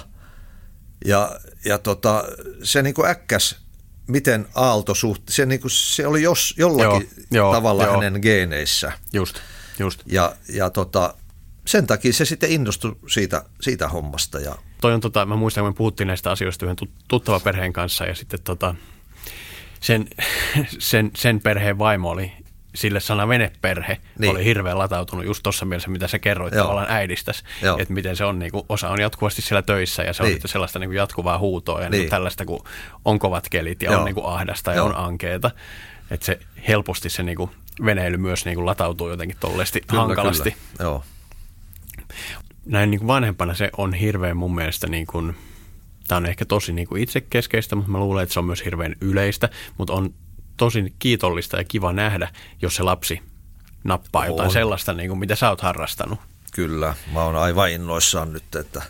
Ja, ja tota, se niinku äkkäs, miten aalto suhti, se, niinku, se oli jos, jollakin joo, tavalla joo. hänen geeneissä. Just, just. Ja, ja tota, sen takia se sitten innostui siitä, siitä hommasta. Ja Toi on tota, mä muistan, kun me puhuttiin näistä asioista yhden tuttava perheen kanssa ja sitten tota, sen, sen, sen perheen vaimo oli, sille sana veneperhe, niin. oli hirveän latautunut just tuossa mielessä, mitä sä kerroit Joo. tavallaan äidistäsi, että miten se on, niin kuin, osa on jatkuvasti siellä töissä ja se niin. on sellaista niin kuin jatkuvaa huutoa ja niin. Niin tällaista, kun on kovat kelit ja Joo. on niin kuin ahdasta ja Joo. on ankeeta, että se helposti se niin kuin veneily myös niin kuin latautuu jotenkin tolleesti kyllä, hankalasti. Kyllä. Joo. Näin niin kuin vanhempana se on hirveän mun mielestä, niin kuin, tämä on ehkä tosi niin kuin itsekeskeistä, mutta mä luulen, että se on myös hirveän yleistä, mutta on tosi kiitollista ja kiva nähdä, jos se lapsi nappaa on. jotain sellaista, niin kuin mitä sä oot harrastanut. Kyllä, mä oon aivan innoissaan nyt, että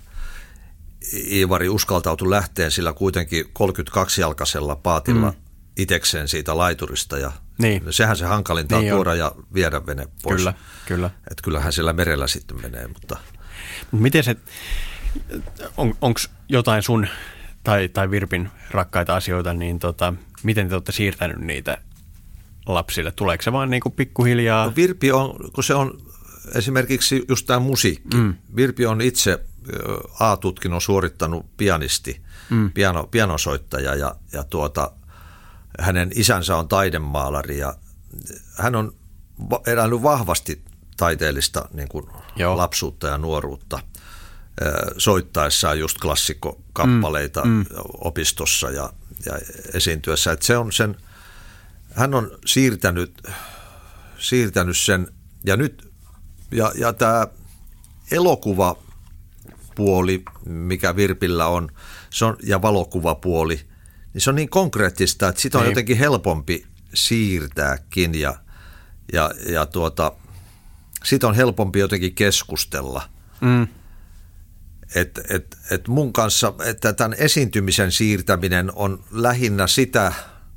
Iivari uskaltautui lähteen sillä kuitenkin kolmekymmentäkaksi-jalkaisella paatilla mm. itekseen siitä laiturista ja niin. sehän se hankalinta on niin tuoda on. ja viedä vene pois. Kyllä, kyllä. Että kyllähän siellä merellä sitten menee, mutta miten se, on, onko jotain sun tai, tai Virpin rakkaita asioita, niin tota, miten te olette siirtänyt niitä lapsille? Tuleeko se vaan niin kuin pikkuhiljaa? No Virpi on, kun se on esimerkiksi just tämä musiikki. Mm. Virpi on itse A-tutkinnon suorittanut pianisti, mm. piano, pianosoittaja ja, ja tuota, hänen isänsä on taidemaalari ja hän on elänyt vahvasti taiteellista niin kuin lapsuutta ja nuoruutta soittaessaan just klassikkokappaleita mm, mm. opistossa ja, ja esiintyessä. Että se on sen, hän on siirtänyt, siirtänyt sen ja nyt ja, ja tämä elokuvapuoli, mikä Virpillä on, se on ja valokuvapuoli, niin se on niin konkreettista, että sitä on niin. jotenkin helpompi siirtääkin ja, ja, ja tuota siitä on helpompi jotenkin keskustella. Mm. Että et, et mun kanssa, että tämän esiintymisen siirtäminen on lähinnä sitä,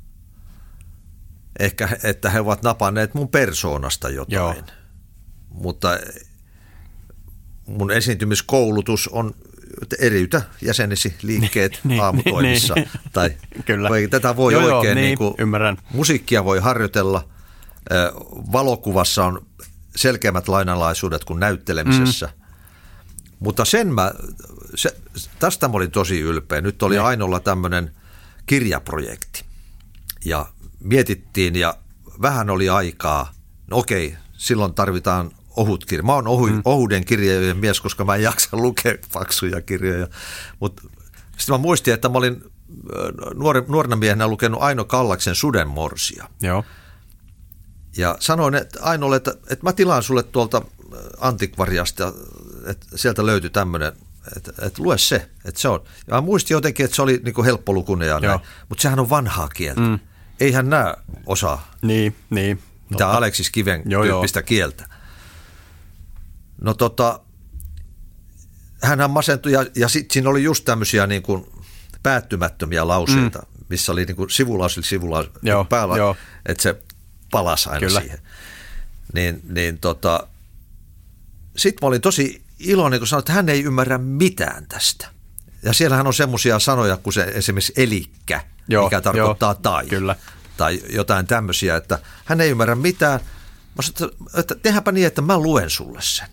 ehkä, että he ovat napanneet mun persoonasta jotain. Joo. Mutta mun esiintymiskoulutus on eriytä jäsenesi liikkeet niin, aamutoimissa. Niin, tai kyllä. Voi, tätä voi joo, oikein, niin, niin kuin, ymmärrän. Musiikkia voi harjoitella, valokuvassa on selkeämmät lainalaisuudet kuin näyttelemisessä. Mm. Mutta sen mä, se, tästä mä olin tosi ylpeä. Nyt oli ne. Ainolla tämmöinen kirjaprojekti. Ja mietittiin ja vähän oli aikaa. No okei, silloin tarvitaan ohut kirja. Mä oon ohu, mm. ohuden kirjojen mies, koska mä en jaksa lukea paksuja kirjoja. Mutta sitten mä muistin, että mä olin nuori, nuorena miehenä lukenut Aino Kallaksen Sudenmorsia. Joo. Ja sanoin että Ainolle, että, että mä tilaan sulle tuolta antikvariasta, että sieltä löytyi tämmöinen, että, että lue se, että se on. Ja mä muistin jotenkin, että se oli niin kuin helppolukuinen ja näin, mutta sehän on vanhaa kieltä. Mm. Eihän nämä osaa. Niin, niin. Mitä Aleksis Kiven joo, tyyppistä joo. kieltä. No tota, hänhän masentui ja, ja sitten siinä oli just tämmöisiä niin kuin päättymättömiä lauseita, mm. missä oli niin kuin sivulausilla sivulla joo, päällä, joo. että se palasi aina Kyllä. siihen. Niin, niin tota, sitten mä olin tosi iloinen, kun sanoin, että hän ei ymmärrä mitään tästä. Ja siellähän on semmoisia sanoja kuin se esimerkiksi elikkä, joo, mikä tarkoittaa joo, tai. Kyllä. Tai jotain tämmöisiä, että hän ei ymmärrä mitään. Mä sanoin, että tehdäänpä niin, että mä luen sulle sen.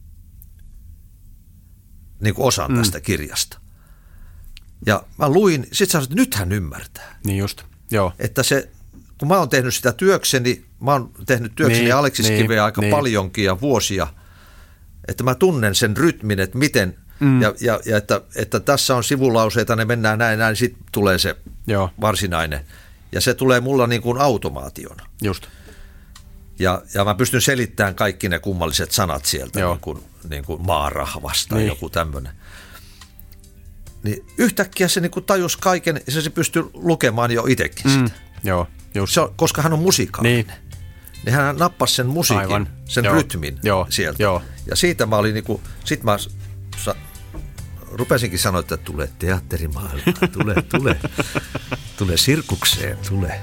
Niin kuin osan mm. tästä kirjasta. Ja mä luin, sit sanoin, että nyt hän ymmärtää. Niin just, joo. Että se, kun mä oon tehnyt sitä työkseni, mä oon tehnyt työkseni niin, Aleksis niin, Kiveä aika niin. paljonkin ja vuosia, että mä tunnen sen rytmin, että miten, mm. ja, ja, ja että, että tässä on sivulauseita, ne mennään näin, näin, sitten tulee se joo. varsinainen. Ja se tulee mulla niin kuin automaationa. Just. Ja, ja mä pystyn selittämään kaikki ne kummalliset sanat sieltä, niin kuin, niin kuin maarahvasta tai niin. joku tämmöinen. Niin yhtäkkiä se niin kuin tajus kaiken ja se, se pystyy lukemaan jo itsekin mm. sitä. Joo, just. Se on, koska hän on musikaalinen. Niin. Niin hän nappasi sen musiikin, Aivan. sen joo. rytmin joo. sieltä. Joo. Ja siitä mä olin niin kuin, sit mä sa, rupesinkin sanoa, että tule teatterimaailmaan, tule, tule, tule sirkukseen, tule.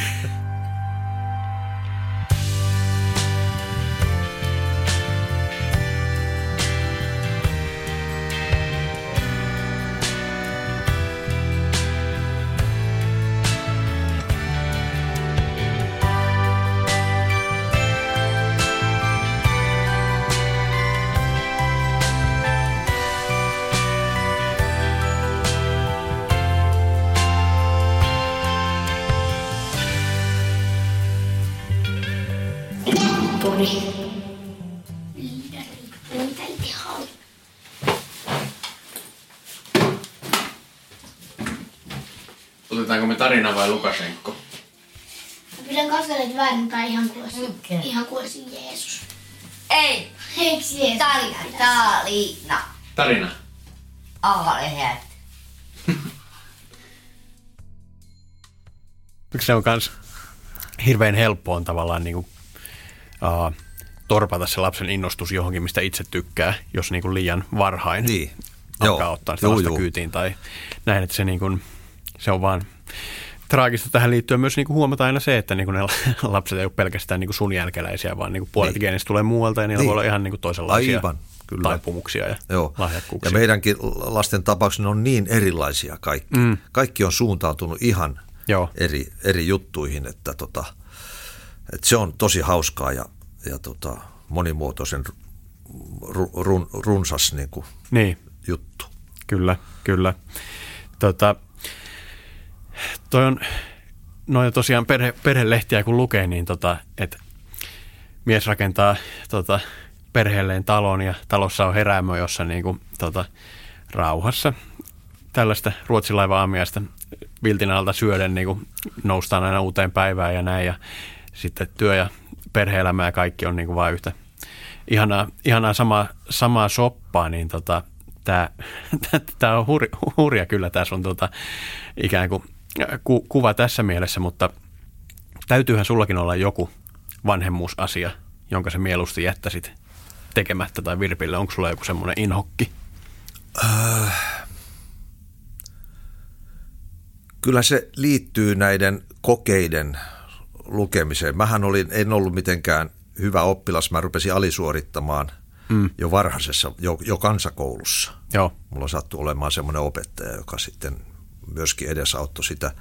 Otetaanko me Tarina vai Lukasenko? Mä pidän katseleet väärinpäin ihan kuin okay. ihan kuin Jeesus. Ei! Eiks Jeesus? Tarina. Tarina. Tarina. Aalehät. Se on kans hirveän helppoa on tavallaan niinku, uh, torpata se lapsen innostus johonkin, mistä itse tykkää, jos niinku liian varhain niin. alkaa joo. ottaa sitä joo, lasta joo. kyytiin tai näin, että se, niinku, se on vaan traagista tähän liittyen myös niinku huomata aina se, että niinku ne lapset ei ole pelkästään niinku sun jälkeläisiä, vaan niinku puolet niin. geenistä tulee muualta ja niillä niin. voi olla ihan niinku toisenlaisia Aivan, kyllä. taipumuksia ja joo. lahjakkuuksia. Ja meidänkin lasten tapauksena on niin erilaisia kaikki. Mm. Kaikki on suuntautunut ihan eri, eri juttuihin, että, tota, että se on tosi hauskaa ja, ja tota, monimuotoisen run, runsas niin kuin niin. juttu. Kyllä, kyllä. Tota, toi on, noita tosiaan perhe, perhelehtiä kun lukee, niin tota, että mies rakentaa tota, perheelleen talon ja talossa on heräämö, jossa niinku, tota, rauhassa tällaista ruotsilaiva-aamiaista viltin alta syöden niinku, noustaan aina uuteen päivään ja näin ja sitten työ ja perhe-elämä ja kaikki on niinku vaan yhtä ihanaa, ihanaa samaa, samaa soppaa, niin tota, tämä on hurja, hurja kyllä tämä sun tota, ikään kuin ku, kuva tässä mielessä, mutta täytyyhän sullakin olla joku vanhemmuusasia, jonka sä mieluusti jättäisit tekemättä tai Virpille. Onko sulla joku semmoinen inhokki? Äh, kyllä se liittyy näiden kokeiden lukemiseen. Mähän olin, en ollut mitenkään hyvä oppilas. Mä rupesin alisuorittamaan mm. jo varhaisessa, jo, jo kansakoulussa. Joo. Mulla sattui olemaan semmoinen opettaja, joka sitten myöskin edesauttoi sitä.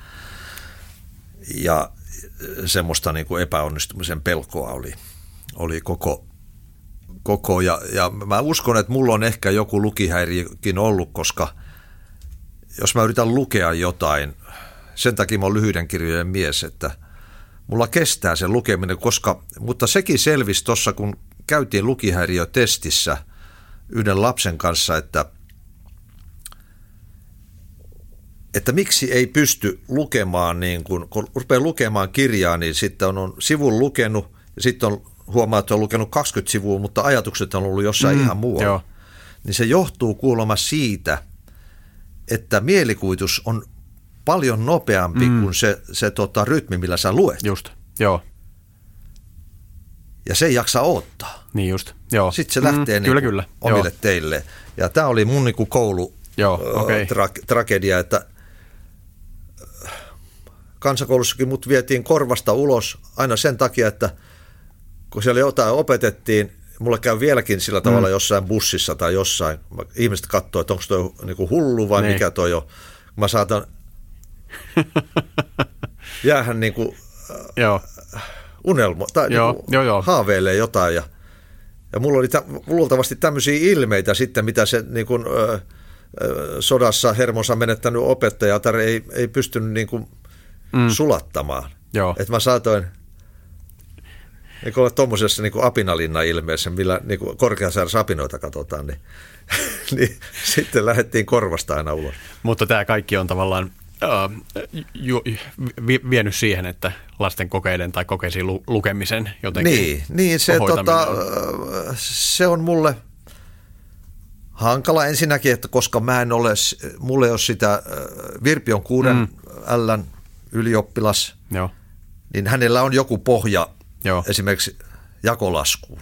Ja semmoista niin kuin epäonnistumisen pelkoa oli, oli koko, koko ja, ja mä uskon, että mulla on ehkä joku lukihäiriökin ollut, koska jos mä yritän lukea jotain, sen takia mä oon lyhyiden kirjojen mies, että mulla kestää sen lukeminen, koska, mutta sekin selvisi tuossa, kun käytiin lukihäiriötestissä yhden lapsen kanssa, että että miksi ei pysty lukemaan, niin kun, kun rupeaa lukemaan kirjaa, niin sitten on, on sivun lukenut sitten on huomaa, että on lukenut kaksikymmentä sivua, mutta ajatukset on ollut jossain mm, ihan muualla. Joo. Niin se johtuu kuulemma siitä, että mielikuvitus on paljon nopeampi mm. kuin se, se tota, rytmi, millä sä luet. Just, joo. Ja se ei jaksa odottaa. Niin just, joo. Sitten se lähtee mm, kyllä, niin kyllä. omille joo. teille. Ja tämä oli mun niin kuin koulu joo, okay. tra- tragedia, että kansakoulussakin mut vietiin korvasta ulos aina sen takia, että kun siellä jotain opetettiin, mulla käy vieläkin sillä tavalla mm. jossain bussissa tai jossain. Ihmiset katsoo, että onko toi niinku hullu vai niin. mikä toi on. Mä saatan jäähän niinku äh, unelmo tai joo, niinku joo, joo. haaveilee jotain. Ja, ja mulla oli tä, luultavasti tämmöisiä ilmeitä sitten, mitä se niinku, äh, sodassa hermonsa menettänyt opettajatar ei, ei pystynyt niinku mm. sulattamaan. Että mä saatoin niin kuin olla tuommoisessa niin apinalinnan ilmeessä, millä niin korkeasäärässä apinoita katsotaan, niin, niin sitten lähdettiin korvasta aina ulos. Mutta tämä kaikki on tavallaan uh, ju, vi, vienyt siihen, että lasten kokeiden tai kokeisiin lu, lukemisen jotenkin Niin, niin se, tota, se on mulle hankala ensinnäkin, että koska mä en ole, mulla ei ole sitä, Virpi on kuuden mm. L:n ylioppilas, Joo. niin hänellä on joku pohja, Joo. esimerkiksi jakolaskuun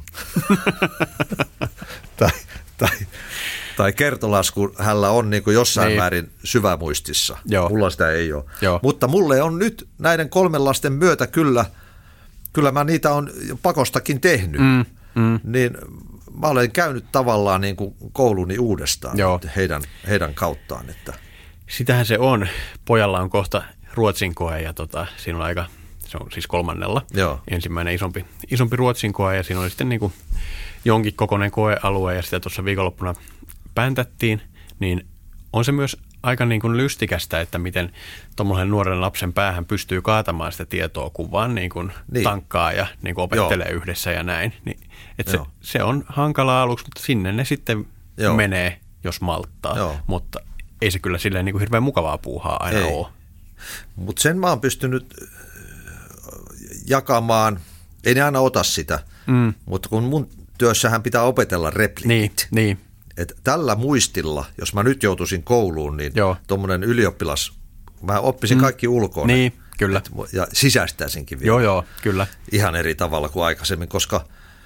tai, tai, tai kertolasku hänellä on niin kuin jossain niin. määrin syvämuistissa. Joo. Mulla sitä ei ole. Joo. Mutta mulle on nyt näiden kolmen lasten myötä kyllä, kyllä mä niitä on pakostakin tehnyt. Mm, mm. Niin mä olen käynyt tavallaan niin kuin kouluni uudestaan heidän, heidän kauttaan. Että. Sitähän se on. Pojalla on kohta ruotsin koe ja tota, siinä on aika... Se on siis kolmannella. Joo. Ensimmäinen isompi, isompi ruotsin koe ja siinä oli sitten niin kuin jonkin kokoinen koealue ja sitä tuossa viikonloppuna päntättiin, niin on se myös aika niin kuin lystikästä, että miten tuommoisen nuoren lapsen päähän pystyy kaatamaan sitä tietoa, kun vaan niin kuin niin. tankkaa ja niin kuin opettelee Joo. yhdessä ja näin. Niin, että se, se on hankala aluksi, mutta sinne ne sitten Joo. menee, jos malttaa, Joo. mutta ei se kyllä silleen niin kuin hirveän mukavaa puuhaa aina ei. ole. Mutta sen mä oon pystynyt jakamaan, ei ne aina ota sitä, mm. mutta kun mun työssähän pitää opetella replikit. Niin, niin. Et tällä muistilla, jos mä nyt joutuisin kouluun, niin tuommoinen ylioppilas, mä oppisin mm. kaikki ulkoon. Niin, kyllä. Et, ja sisäistäisinkin vielä. Joo, joo, kyllä. Ihan eri tavalla kuin aikaisemmin, koska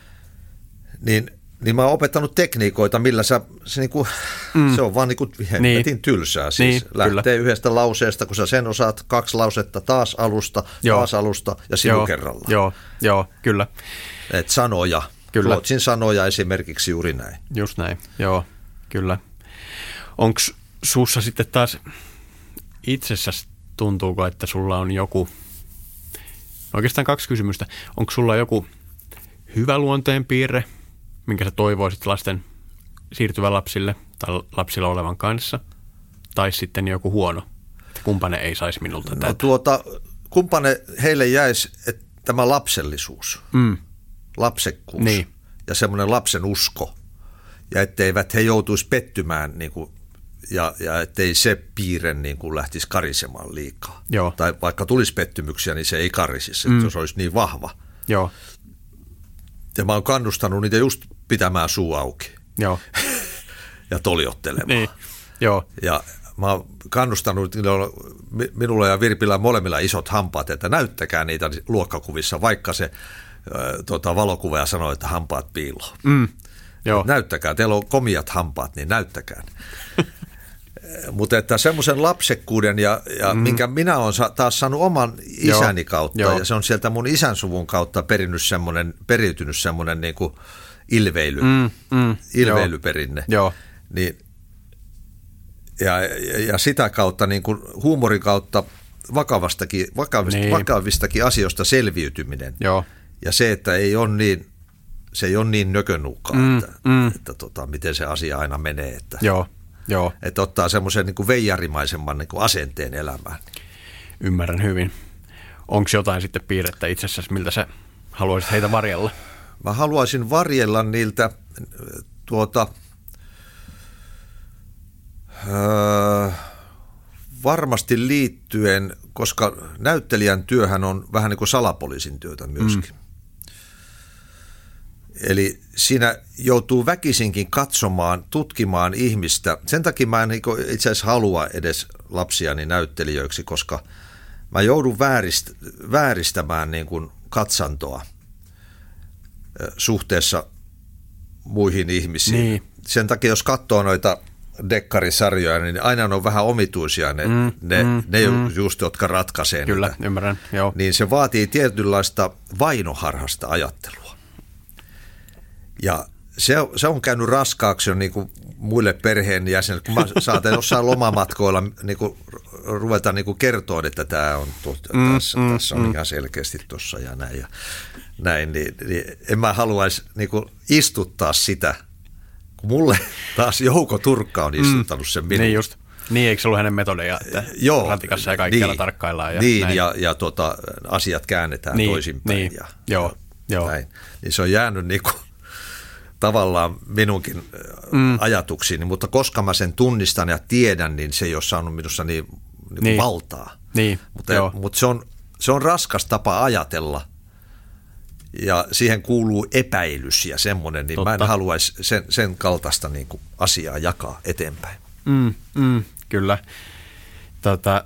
niin, niin mä oon opettanut tekniikoita, millä sä, se, niinku, mm. se on vaan niinku hemmetin niin. tylsää. Siis niin, lähtee kyllä. yhdestä lauseesta, kun sä sen osaat, kaksi lausetta taas alusta, joo. taas alusta ja sivu joo. kerrallaan. Joo, joo, kyllä. Et sanoja, kyllä. Ruotsin sanoja esimerkiksi juuri näin. Just näin, joo, kyllä. Onko sussa sitten taas itsessäsi, tuntuuko, että sulla on joku, oikeastaan kaksi kysymystä, onko sulla joku hyvä luonteen piirre, minkä sä toivoisit lasten siirtyvän lapsille tai lapsilla olevan kanssa, tai sitten joku huono, että kumpane ei saisi minulta tätä? No tuota, kumpane heille jäisi, että tämä lapsellisuus, mm. lapsekkuus niin. ja semmoinen lapsen usko, ja etteivät he joutuisi pettymään niin kuin, ja, ja ettei se piirre niin kuin lähtisi karisemaan liikaa. Joo. Tai vaikka tulisi pettymyksiä, niin se ei karisisi, mm. että se olisi niin vahva. Joo. Ja mä oon kannustanut niitä just pitämään suu auki. Joo. ja toljottelemaan. Niin. Joo. Ja mä oon kannustanut, minulla ja Virpillä molemmilla isot hampaat, että näyttäkää niitä luokkakuvissa, vaikka se äh, tota, valokuvaaja sanoi, että hampaat piiloo. Mm. Joo. Näyttäkää, teillä on komiat hampaat, niin näyttäkää. Mutta että semmoisen lapsekkuuden, ja, ja mm. minkä minä olen taas saanut oman isäni Joo. kautta, Joo. ja se on sieltä mun isän suvun kautta perinnyt semmoinen, periytynyt semmoinen niin kuin ilveily, mm. Mm. ilveilyperinne. Joo. Niin, ja, ja sitä kautta, niin kuin huumorin kautta vakavastakin, vakavista, niin. vakavistakin asioista selviytyminen. Joo. Ja se, että ei ole niin, se ei ole niin nökönukkaa, mm. että, mm. että tota, miten se asia aina menee. Että, Joo. Joo. Että ottaa semmoisen niin kuin veijarimaisemman niin kuin asenteen elämään. Ymmärrän hyvin. Onko jotain sitten piirrettä itsessäsi, miltä sä haluaisit heitä varjella? Mä haluaisin varjella niiltä tuota, öö, varmasti liittyen, koska näyttelijän työhän on vähän niin kuin salapoliisin työtä myöskin. Mm. Eli siinä joutuu väkisinkin katsomaan, tutkimaan ihmistä. Sen takia mä en niin itse asiassa halua edes lapsiani näyttelijöiksi, koska mä joudun väärist, vääristämään niin kuin katsantoa suhteessa muihin ihmisiin. Niin. Sen takia, jos katsoo noita dekkarisarjoja, niin aina on vähän omituisia ne, mm, ne, mm, ne mm. just, jotka ratkaisee Kyllä, niitä. ymmärrän, joo. Niin se vaatii tietynlaista vainoharhasta ajattelua. Ja se, se on käynyt raskaaksi jo niin kuin muille perheenjäsenille, kun mä saatan jossain lomamatkoilla niin kuin ruveta niin kuin kertoa, että tämä on tuossa, mm, tässä, mm, tässä on mm. ihan selkeästi tuossa ja näin. Ja näin niin, niin en mä haluaisi niin kuin istuttaa sitä, kun mulle taas Jouko Turkka on istuttanut sen minun. Niin just. Niin, eikö se ollut hänen metodeja, että joo, ratikassa ja kaikkialla niin, tarkkaillaan? Ja niin, näin. ja, ja tota, asiat käännetään niin, toisinpäin. Niin, ja, joo, ja joo. Näin. Niin se on jäänyt niin kuin tavallaan minunkin mm. ajatuksiini, mutta koska mä sen tunnistan ja tiedän, niin se ei ole saanut minussa niin, niin, niin. valtaa. Niin, mutta mutta se, on, se on raskas tapa ajatella ja siihen kuuluu epäilys ja semmoinen, niin Totta. Mä en haluaisi sen, sen kaltaista niin kuin asiaa jakaa eteenpäin. Mm, mm, kyllä. Tota,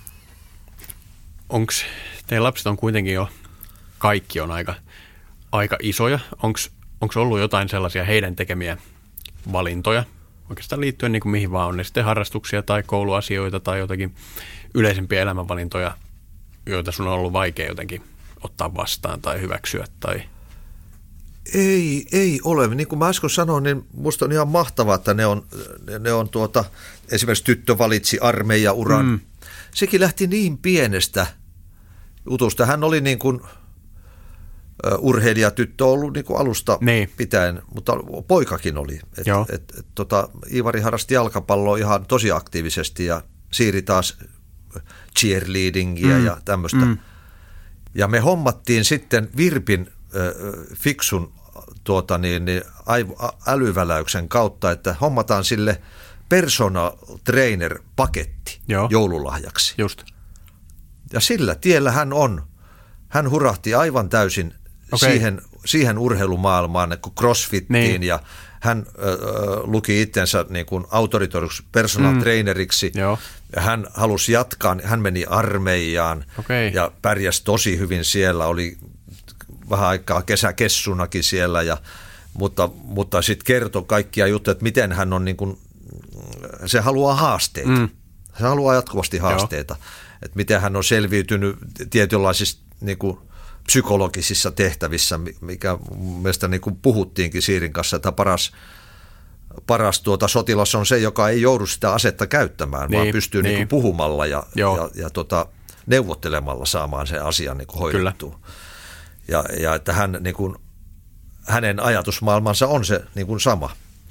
onko teidän lapset on kuitenkin jo, kaikki on aika, aika isoja, onko Onko ollut jotain sellaisia heidän tekemiä valintoja, oikeastaan liittyen niin kuin mihin vaan on, ne sitten harrastuksia tai kouluasioita tai jotakin yleisempiä elämänvalintoja, joita sun on ollut vaikea jotenkin ottaa vastaan tai hyväksyä? Tai... Ei, ei ole. Niin kuin mä äsken sanoin, niin musta on ihan mahtavaa, että ne on, ne on tuota, esimerkiksi tyttö valitsi armeijauran. Mm. Sekin lähti niin pienestä jutusta. Hän oli niin kuin urheilijatyttö on ollut niin kuin alusta niin. pitäen, mutta poikakin oli. Et, et, et, tota, Iivari harrasti jalkapalloa ihan tosi aktiivisesti ja Siiri taas cheerleadingia mm. ja tämmöistä. Mm. Ja me hommattiin sitten Virpin äh, fiksun tuota, niin, niin, älyväläyksen kautta, että hommataan sille personal trainer paketti Joo. joululahjaksi. Just. Ja sillä tiellä hän on. Hän hurahti aivan täysin okay. siihen, siihen urheilumaailmaan, kuin crossfittiin niin. ja hän ö, luki itsensä niin kuin autoritoiduksi personal mm. traineriksi Joo. ja hän halusi jatkaa, hän meni armeijaan okay. ja pärjäsi tosi hyvin siellä, oli vähän aikaa kesäkessunakin siellä, ja, mutta, mutta sitten kertoi kaikkia juttuja, että miten hän on, niin kuin, se haluaa haasteita, mm. se haluaa jatkuvasti haasteita, Joo. että miten hän on selviytynyt tietynlaisista niin kuin psykologisissa tehtävissä, mikä mielestäni niin kuin puhuttiinkin Siirin kanssa, että paras, paras tuota sotilas on se, joka ei joudu sitä asetta käyttämään, niin, vaan pystyy niin. Niin kuin puhumalla ja, ja, ja tota, neuvottelemalla saamaan sen asian niin kuin hoidettua. Ja, ja että hän, niin kuin, hänen ajatusmaailmansa on se niin kuin sama.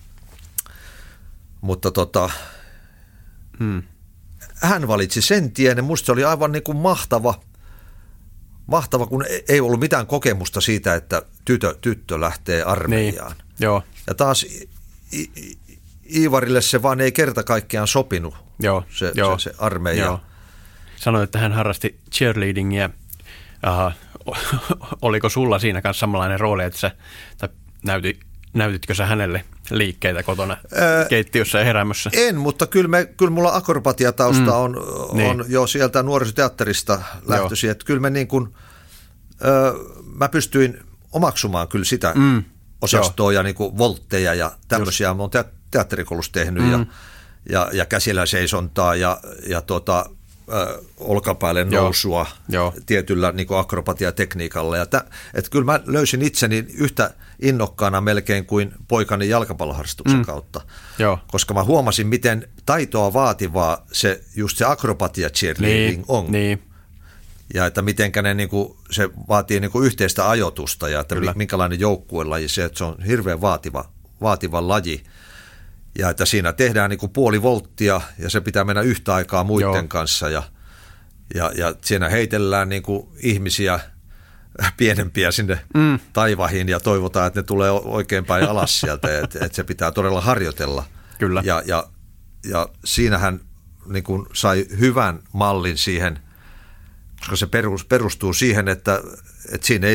Mutta tota, hmm. hän valitsi sen tien, ja musta se oli aivan niin kuin mahtava, Mahtava, kun ei ollut mitään kokemusta siitä, että tytö, tyttö lähtee armeijaan. Niin, joo. Ja taas I, I, Iivarille se vaan ei kerta kaikkiaan sopinut, joo, se, joo, se, se armeija. Joo. Sanoit, että hän harrasti cheerleadingia. Aha, oliko sulla siinä kanssa samanlainen rooli, että sä, tai näytit, näytitkö sä hänelle liikkeitä kotona Ää, keittiössä ja heräämössä? En, mutta kyllä, me, kyllä mulla akrobatiatausta mm, on, niin. on jo sieltä nuorisoteatterista lähtöisin. Että kyllä me niin kuin, ö, mä pystyin omaksumaan kyllä sitä mm, osastoa jo. ja niin kuin voltteja ja tämmöisiä. Just. Mä oon teatterikoulussa tehnyt mm. ja, ja, ja käsillä seisontaa ja, ja tota, ö, olkapäälle nousua Joo. tietyllä niin kuin akrobatiatekniikalla. Ja tä, et kyllä mä löysin itseni yhtä innokkaana melkein kuin poikani jalkapalloharrastuksen mm. kautta, Joo. koska mä huomasin, miten taitoa vaativaa se just se akrobatia cheerleading niin, on. Niin. Ja että mitenkä ne, niin kuin, se vaatii niin kuin yhteistä ajoitusta ja että Kyllä. minkälainen joukkuelaji se, että se on hirveän vaativa, vaativa laji. Ja että siinä tehdään niin kuin puoli volttia ja se pitää mennä yhtä aikaa muiden Joo. kanssa ja, ja, ja siinä heitellään niin kuin ihmisiä pienempiä sinne mm. taivahiin ja toivotaan, että ne tulee oikein päin alas sieltä, että, että se pitää todella harjoitella. Kyllä. Ja, ja, ja siinähän niin kuin sai hyvän mallin siihen, koska se perustuu siihen, että, että siinä ei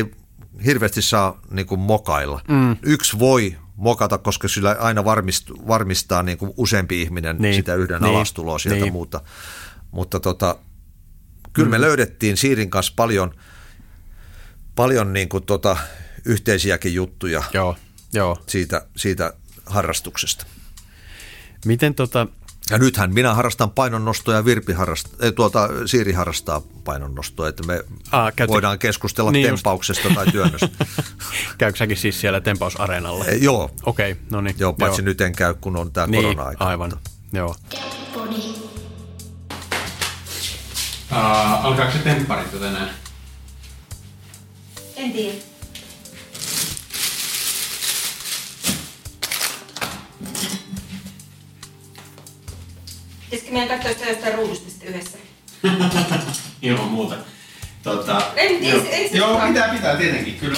hirveästi saa niin kuin mokailla. Mm. Yksi voi mokata, koska sillä aina varmistuu, varmistaa niin kuin useampi ihminen niin. sitä yhden niin. alastuloa sieltä niin. muuta. Mutta tota, kyllä mm. me löydettiin Siirin kanssa paljon, paljon niin kuin tota, yhteisiäkin juttuja joo, joo. Siitä, siitä harrastuksesta. Miten tota... Ja nythän minä harrastan painonnostoa ja Virpi harrastaa, tuota, Siiri harrastaa painonnostoa, että me Aa, käytä... voidaan keskustella niin tempauksesta just... tai työnnöstä. Käykö säkin siis siellä tempausareenalla? E, joo. Okei, okay, no niin. Joo, paitsi joo. nyt en käy, kun on tämä niin, korona-aika. Aivan, mutta... joo. Uh, alkaako se tempparit jo tänään? En tiedä. Pitäisikö meidän katsoa sitä jostain ruudusta sitten yhdessä? Ilman muuta. Tota, en, jo, ei, ei, joo, pitää, pitää tietenkin, kyllä.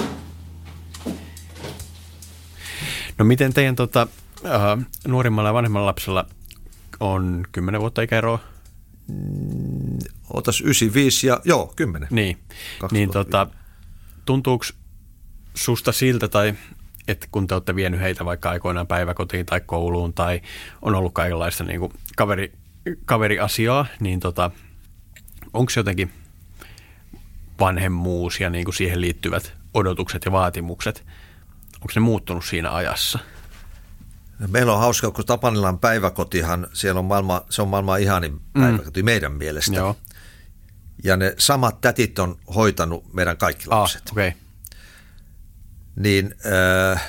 No miten teidän tota, uh, nuorimmalla ja vanhemmalla lapsella on kymmenen vuotta ikäeroa? Mm, otas yhdeksänkymmentäviisi ja joo, kymmenen. Niin, niin tota, tuntuuko susta siltä tai... että kun te olette vienyt heitä vaikka aikoinaan päiväkotiin tai kouluun tai on ollut kaikenlaista niin kuin kaveri, kaveriasiaa, niin tota, onko jotenkin vanhemmuus ja niin kuin siihen liittyvät odotukset ja vaatimukset, onko ne muuttunut siinä ajassa? Meillä on hauska, kun Tapanilan päiväkotihan, siellä on maailman, se on maailman ihanin päiväkoti mm. meidän mielestä. Joo. Ja ne samat tätit on hoitanut meidän kaikki lapset. Ah, okei. Okay. Niin äh,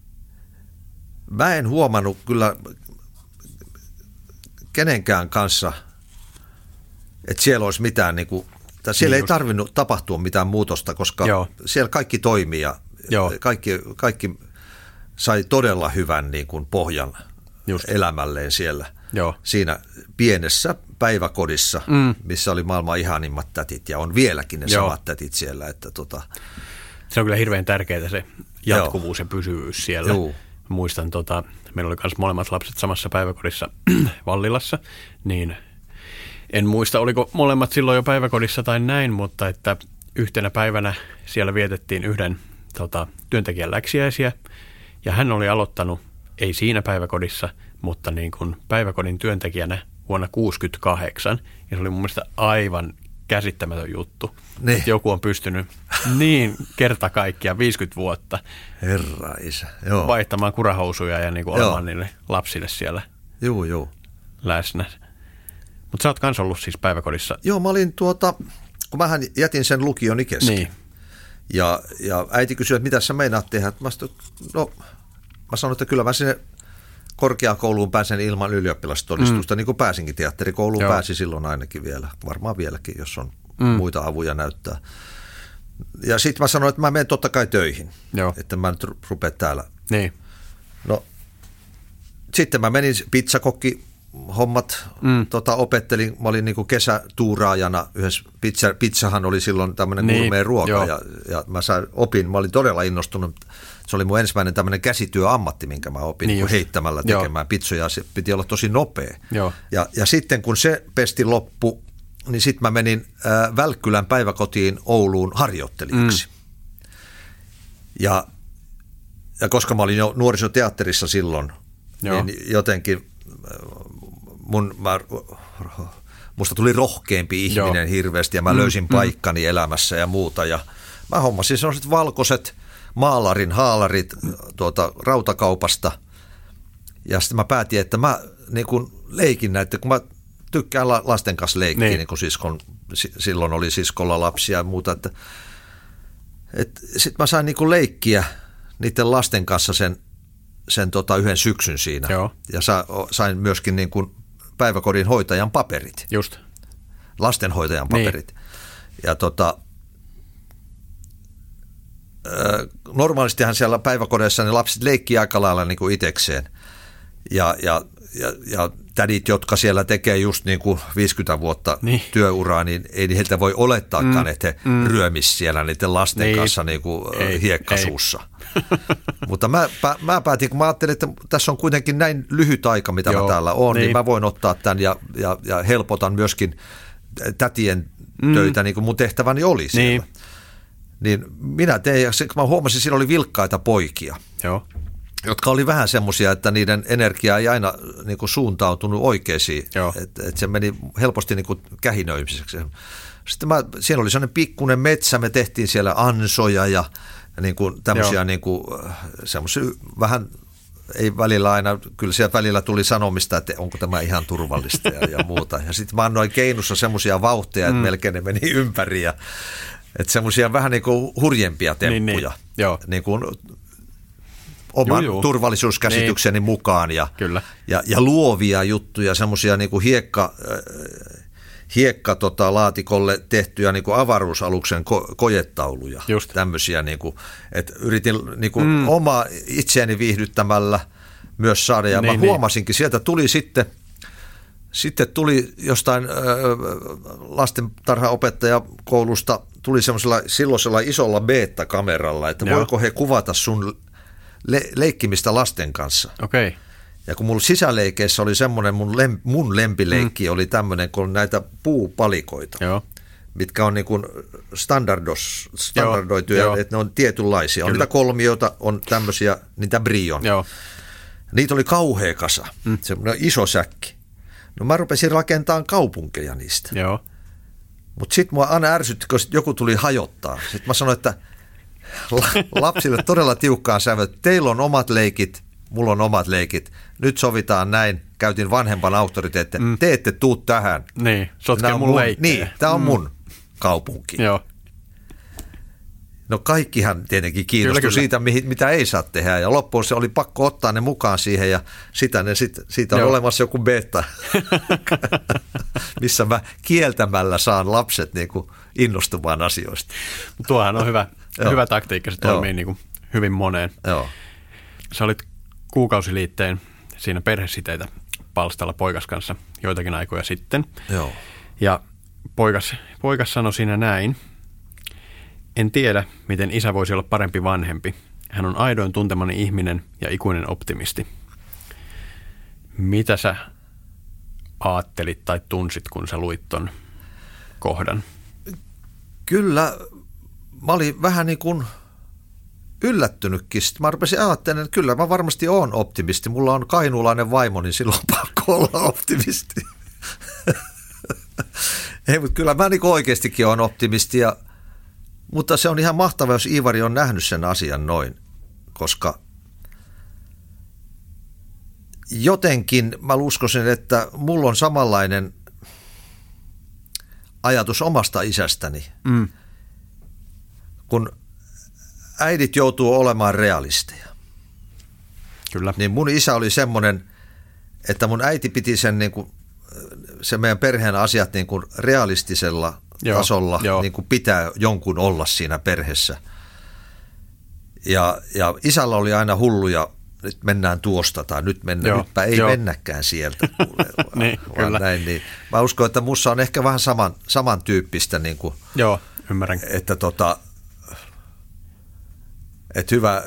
mä en huomannut kyllä kenenkään kanssa, että siellä olisi mitään, niin kuin, tai siellä niin ei tarvinnut tapahtua mitään muutosta, koska Joo. siellä kaikki toimii ja kaikki, kaikki sai todella hyvän niin kuin pohjan Just. elämälleen siellä Joo. siinä pienessä päiväkodissa, mm. missä oli maailman ihanimmat tätit ja on vieläkin ne Joo. samat tätit siellä, että tota... Se on kyllä hirveän tärkeää se jatkuvuus Joo. ja pysyvyys siellä. Joo. Muistan, tota, meillä oli myös molemmat lapset samassa päiväkodissa Vallilassa, niin en muista, oliko molemmat silloin jo päiväkodissa tai näin, mutta että yhtenä päivänä siellä vietettiin yhden tota, työntekijän läksiäisiä, ja hän oli aloittanut, ei siinä päiväkodissa, mutta niin kuin päiväkodin työntekijänä vuonna kuusikymmentäkahdeksan, ja se oli mun mielestä aivan käsittämätön juttu. Niin. Joku on pystynyt niin kerta kaikkiaan viisikymmentä vuotta Herra isä. Joo. vaihtamaan kurahousuja ja niin kuin olemaan niille lapsille siellä joo, joo. läsnä. Mutta sä oot kans ollut siis päiväkodissa. Joo, mä olin tuota, kun mähän jätin sen lukioni kesken. Niin. Ja, ja äiti kysyi, että mitä sä meinaat tehdä. Mä, sit, no, mä sanoin, että kyllä mä sinne korkeakouluun pääsen ilman ylioppilastodistusta, mm. niin kuin pääsinkin teatterikouluun, Joo. pääsi silloin ainakin vielä, varmaan vieläkin, jos on mm. muita avuja näyttää. Ja sitten mä sanoin, että mä menen totta kai töihin, Joo. että mä nyt rupea täällä. Niin. No, sitten mä menin pizzakokki hommat, mm. tota, opettelin, mä olin niin kuin kesätuuraajana yhdessä, pizza, pizzahan oli silloin tämmöinen niin. gourmet ruoka ja, ja mä sain, opin, mä olin todella innostunut. Se oli mun ensimmäinen tämmöinen käsityöammatti, minkä mä opin niin heittämällä tekemään Joo. pizzoja. Se piti olla tosi nopea. Ja, ja sitten kun se pesti loppu, niin sitten mä menin äh, Välkkylän päiväkotiin Ouluun harjoittelijaksi. Mm. Ja, ja koska mä olin jo nuorisoteatterissa silloin, Joo. niin jotenkin mun, mä, musta tuli rohkeampi ihminen Joo. hirveästi ja mä löysin mm, paikkani mm. elämässä ja muuta. Ja mä hommasin sellaiset valkoiset maalarin haalarit tuota, rautakaupasta ja sitten mä päätin, että mä niin kun leikin näitä, kun mä tykkään lasten kanssa leikkiä, niin, niin kun siskon, silloin oli siskolla lapsia ja muuta, että, että sitten mä sain niin kun leikkiä niiden lasten kanssa sen, sen tota yhden syksyn siinä Joo. ja sa, sain myöskin niin kun päiväkodin hoitajan paperit. Just. Lastenhoitajan paperit. Niin. Ja tota normaalistihan siellä päiväkodeissa ne lapset leikkii aika lailla niin kuin itsekseen. Ja, ja, ja, ja tädit, jotka siellä tekee just niin kuin viisikymmentä vuotta niin. työuraa, niin ei heiltä voi olettaakaan, mm. että he mm. ryömis siellä niiden lasten niin. kanssa niin kuin ei, hiekkasuussa. Ei. Mutta mä, mä päätin, kun mä ajattelin, että tässä on kuitenkin näin lyhyt aika, mitä Joo, mä täällä oon, niin. niin mä voin ottaa tämän ja, ja, ja helpotan myöskin tätien mm. töitä, niin kuin mun tehtäväni oli siellä. Niin. Niin minä tein, ja mä huomasin, että siinä oli vilkkaita poikia, Joo. jotka oli vähän semmoisia, että niiden energia ei aina niin kuin suuntautunut oikeisiin, että et se meni helposti niin kuin kähinöimiseksi. Sitten mä, siellä oli sellainen pikkuinen metsä, me tehtiin siellä ansoja ja niin kuin tämmöisiä niin kuin, semmoisia vähän, ei välillä aina, kyllä siellä välillä tuli sanomista, että onko tämä ihan turvallista ja, ja muuta. Ja sitten mä annoin keinussa semmoisia vauhteja, että mm. melkein ne meni ympäri ja että semmoisia vähän niin kuin hurjempia temppuja, niin, niin. niin kuin oman juu, juu. turvallisuuskäsitykseni niin. mukaan ja, ja, ja luovia juttuja, semmoisia niin kuin hiekka, hiekka tota, laatikolle tehtyjä niin kuin avaruusaluksen ko- kojetauluja, Just. tämmöisiä, niin kuin, että yritin niin kuin mm. oma itseäni viihdyttämällä myös saada ja niin, mä huomasinkin, niin. sieltä tuli sitten Sitten tuli jostain äh, lastentarhaopettajakoulusta, tuli semmoisella silloisella isolla beta-kameralla, että Joo. voiko he kuvata sun le- leikkimistä lasten kanssa. Okay. Ja kun mulla sisäleikeissä oli semmoinen, mun, lem- mun lempileikki mm. oli tämmöinen, kun on näitä puupalikoita, Joo. mitkä on niin kuin standardos, standardoituja, Joo. että ne on tietynlaisia. Kyllä. On niitä kolmioita, on tämmöisiä, niitä brion. Joo. Niitä oli kauhea kasa, mm. semmoinen iso säkki. No mä rupesin rakentamaan kaupunkeja niistä. Joo. Mutta sitten mua aina ärsytti, kun joku tuli hajottaa. Sitten mä sanoin, että lapsille todella tiukkaan sävy, että teillä on omat leikit, mulla on omat leikit. Nyt sovitaan näin. Käytin vanhempan auktoriteetin, mm. te ette tuu tähän. Niin, sotke mun leikkejä. Niin, tämä on mm. mun kaupunki. Joo. No kaikkihan tietenkin kiinnostui kyllä, siitä, kyllä. mitä ei saa tehdä. Ja loppuun se oli pakko ottaa ne mukaan siihen ja sitä ne sit, siitä on Joo. olemassa joku beta, missä mä kieltämällä saan lapset niin kuin innostumaan asioista. Tuohan on hyvä, hyvä taktiikka, se toimii niin kuin hyvin moneen. Joo. Sä olit kuukausiliitteen siinä perhesiteitä palstalla poikas kanssa joitakin aikoja sitten. Joo. Ja poikas, poikas sanoi siinä näin. En tiedä, miten isä voisi olla parempi vanhempi. Hän on aidoin tuntemani ihminen ja ikuinen optimisti. Mitä sä aattelit tai tunsit, kun sä luit ton kohdan? Kyllä, mä olin vähän niin kuin yllättynytkin. Sitten mä rupesin ajattelemaan, että kyllä mä varmasti oon optimisti. Mulla on kainuulainen vaimo, niin silloin on pakko olla optimisti. Ei, mutta kyllä mä niin kuin oikeastikin oon optimisti ja mutta se on ihan mahtavaa, jos Iivari on nähnyt sen asian noin, koska jotenkin mä uskoisin, että mulla on samanlainen ajatus omasta isästäni, mm. kun äidit joutuu olemaan realisteja. Kyllä. Niin mun isä oli semmoinen, että mun äiti piti sen, niin kuin, se meidän perheen asiat niin kuin realistisella Joo, tasolla, jo. niin kuin pitää jonkun olla siinä perheessä. Ja, ja isällä oli aina hulluja, nyt mennään tuosta tai nyt mennään, Joo, nytpä ei jo. mennäkään sieltä. niin, kyllä. Näin, niin. Mä uskon, että musta on ehkä vähän saman, samantyyppistä, niin kuin, Joo, ymmärrän. Että, tota, että hyvä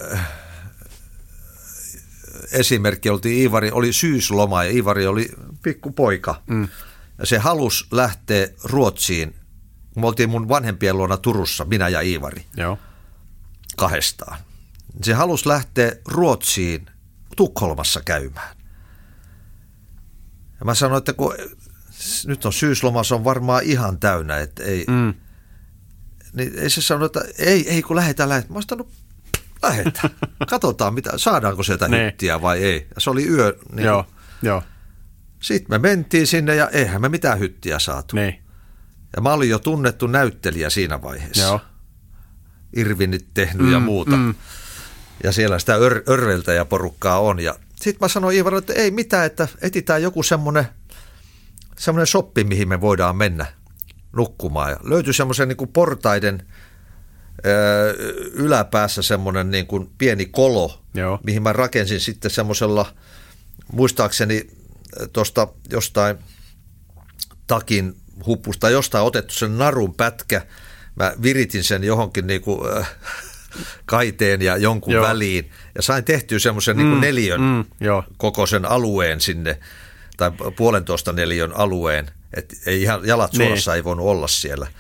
esimerkki oltiin Iivari, oli syysloma ja Iivari oli pikkupoika. Mm. Ja se halusi lähteä Ruotsiin. Me oltiin mun vanhempien luona Turussa, minä ja Iivari, Joo. kahdestaan. Se halusi lähteä Ruotsiin Tukholmassa käymään. Ja mä sanoin, että kun nyt on syysloma, se on varmaan ihan täynnä, että ei, mm. niin ei se sanoi, että ei, ei kun lähdetään, lähdetään. Mä sanoin, no lähdetään, katsotaan mitä, saadaanko sieltä hyttiä vai ei. Ja se oli yö. Niin Joo, jo. Sitten me mentiin sinne ja eihän me mitään hyttiä saatu. Niin. Ja mä olin jo tunnettu näyttelijä siinä vaiheessa. Joo. Irvinit tehnyt mm, ja muuta. Mm. Ja siellä sitä ör, örveltäjäporukkaa on. Ja sitten mä sanoin Iivarille, että ei mitään, että etsitään joku semmoinen semmoinen shoppi, mihin me voidaan mennä nukkumaan. Ja löytyi semmoisen niin kuin portaiden ö, yläpäässä semmoinen niin kuin pieni kolo, Joo. mihin mä rakensin sitten semmoisella, muistaakseni tuosta jostain takin hupusta, jostain otettu sen narun pätkä. Mä viritin sen johonkin niin kuin, äh, kaiteen ja jonkun Joo. väliin ja sain tehtyä semmoisen mm, niin kuin neliön mm, kokoisen alueen sinne, tai puolentoista neliön alueen, että ei ihan jalat suorassa niin. ei voinut olla siellä.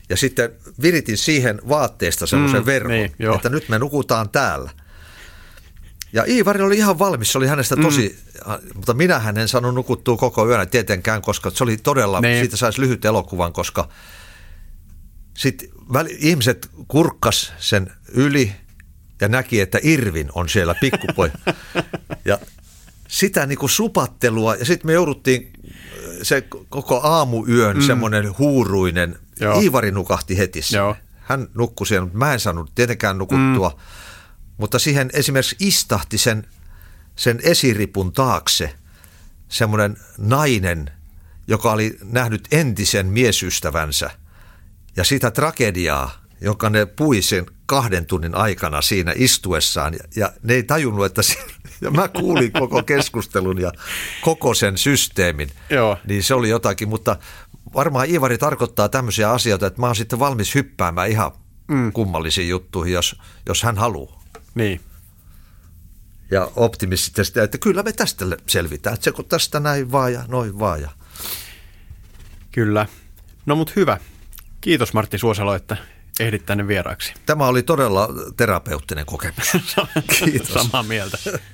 Ja sitten viritin siihen vaatteesta semmoisen mm, verhon, niin, että nyt me nukutaan täällä. Ja Iivari oli ihan valmis, se oli hänestä tosi, mm. mutta minähän en saanut nukuttua koko yönä tietenkään, koska se oli todella, niin. Siitä saisi lyhyt elokuvan, koska sitten ihmiset kurkkas sen yli ja näki, että Irvin on siellä pikkupoi. Ja sitä niin kuin supattelua ja sitten me jouduttiin se koko aamuyön mm. semmoinen huuruinen, Joo. Iivari nukahti heti. Hän nukkui siellä, mutta mä en saanut tietenkään nukuttua. Mm. Mutta siihen esimerkiksi istahti sen, sen esiripun taakse semmoinen nainen, joka oli nähnyt entisen miesystävänsä ja sitä tragediaa, jonka ne pui sen kahden tunnin aikana siinä istuessaan. Ja, ja ne ei tajunnut, että se, ja mä kuulin koko keskustelun ja koko sen systeemin. Joo. Niin se oli jotakin, mutta varmaan Iivari tarkoittaa tämmöisiä asioita, että mä oon sitten valmis hyppäämään ihan mm. kummallisiin juttuihin, jos, jos hän haluaa. Niin. Ja optimistisesti, että kyllä me tästä selvitään, että se kun tästä näin vaan ja noin vaan. Ja. Kyllä. No mut hyvä. Kiitos Martti Suosalo, että ehdit tänne vieraaksi. Tämä oli todella terapeuttinen kokemus. Kiitos. Samaa mieltä.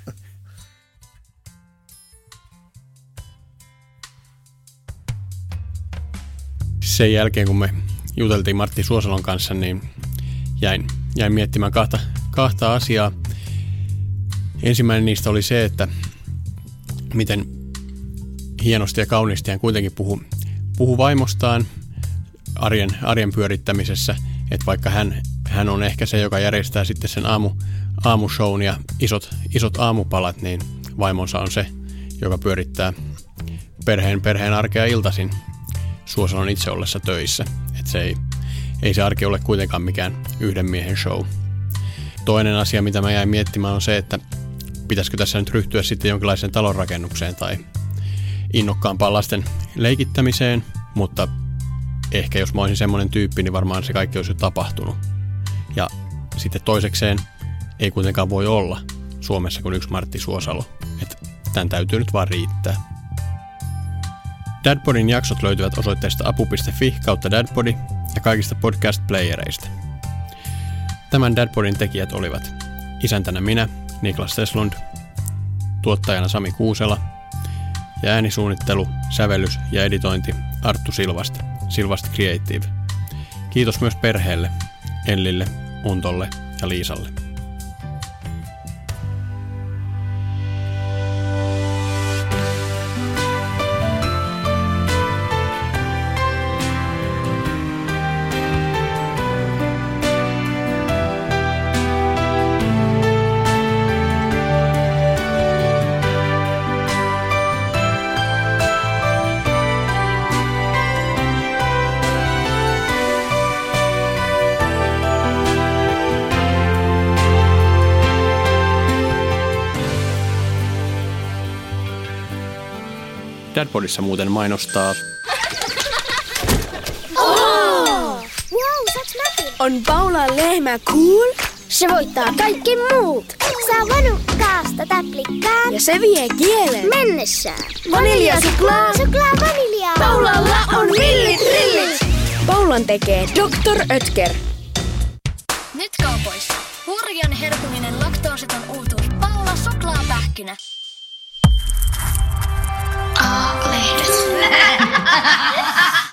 Sen jälkeen, kun me juteltiin Martti Suosalon kanssa, niin jäin, jäin miettimään kahta, kahta asiaa. Ensimmäinen niistä oli se, että miten hienosti ja kauniisti hän kuitenkin puhui, puhui vaimostaan arjen, arjen pyörittämisessä, että vaikka hän, hän on ehkä se, joka järjestää sitten sen aamu, aamushown ja isot, isot aamupalat, niin vaimonsa on se, joka pyörittää perheen, perheen arkea iltaisin Suosalon itse ollessa töissä. Että se ei, ei se arki ole kuitenkaan mikään yhden miehen show. Toinen asia, mitä mä jäin miettimään, on se, että pitäisikö tässä nyt ryhtyä sitten jonkinlaiseen talonrakennukseen tai innokkaampaan lasten leikittämiseen, mutta ehkä jos mä olisin semmoinen tyyppi, niin varmaan se kaikki olisi jo tapahtunut. Ja sitten toisekseen ei kuitenkaan voi olla Suomessa kuin yksi Martti Suosalo. Että tämän täytyy nyt vaan riittää. Dadpodin jaksot löytyvät osoitteesta apu piste fi kautta dadpodi ja kaikista podcast-playereista. Tämän Dadpodin tekijät olivat isäntänä minä, Niklas Teslund, tuottajana Sami Kuusela ja äänisuunnittelu, sävellys ja editointi Arttu Silvasta, Silvasta Creative. Kiitos myös perheelle, Ellille, Untolle ja Liisalle. Dadpodissa muuten mainostaa... Oh! Wow, saaks mäkin? On Paulan lehmä cool? Se voittaa kaikki muut. Saa vanukkaasta täplikkaan. Ja se vie kielen mennessään. Vaniljasuklaa. Suklaa vaniljaa. Paulalla on villit rillit. Paulan tekee doktor Oetker. Nyt kaupoissa. Hurjan herkullinen laktoositon uutuus. Paula suklaapähkinä. A-lehdet.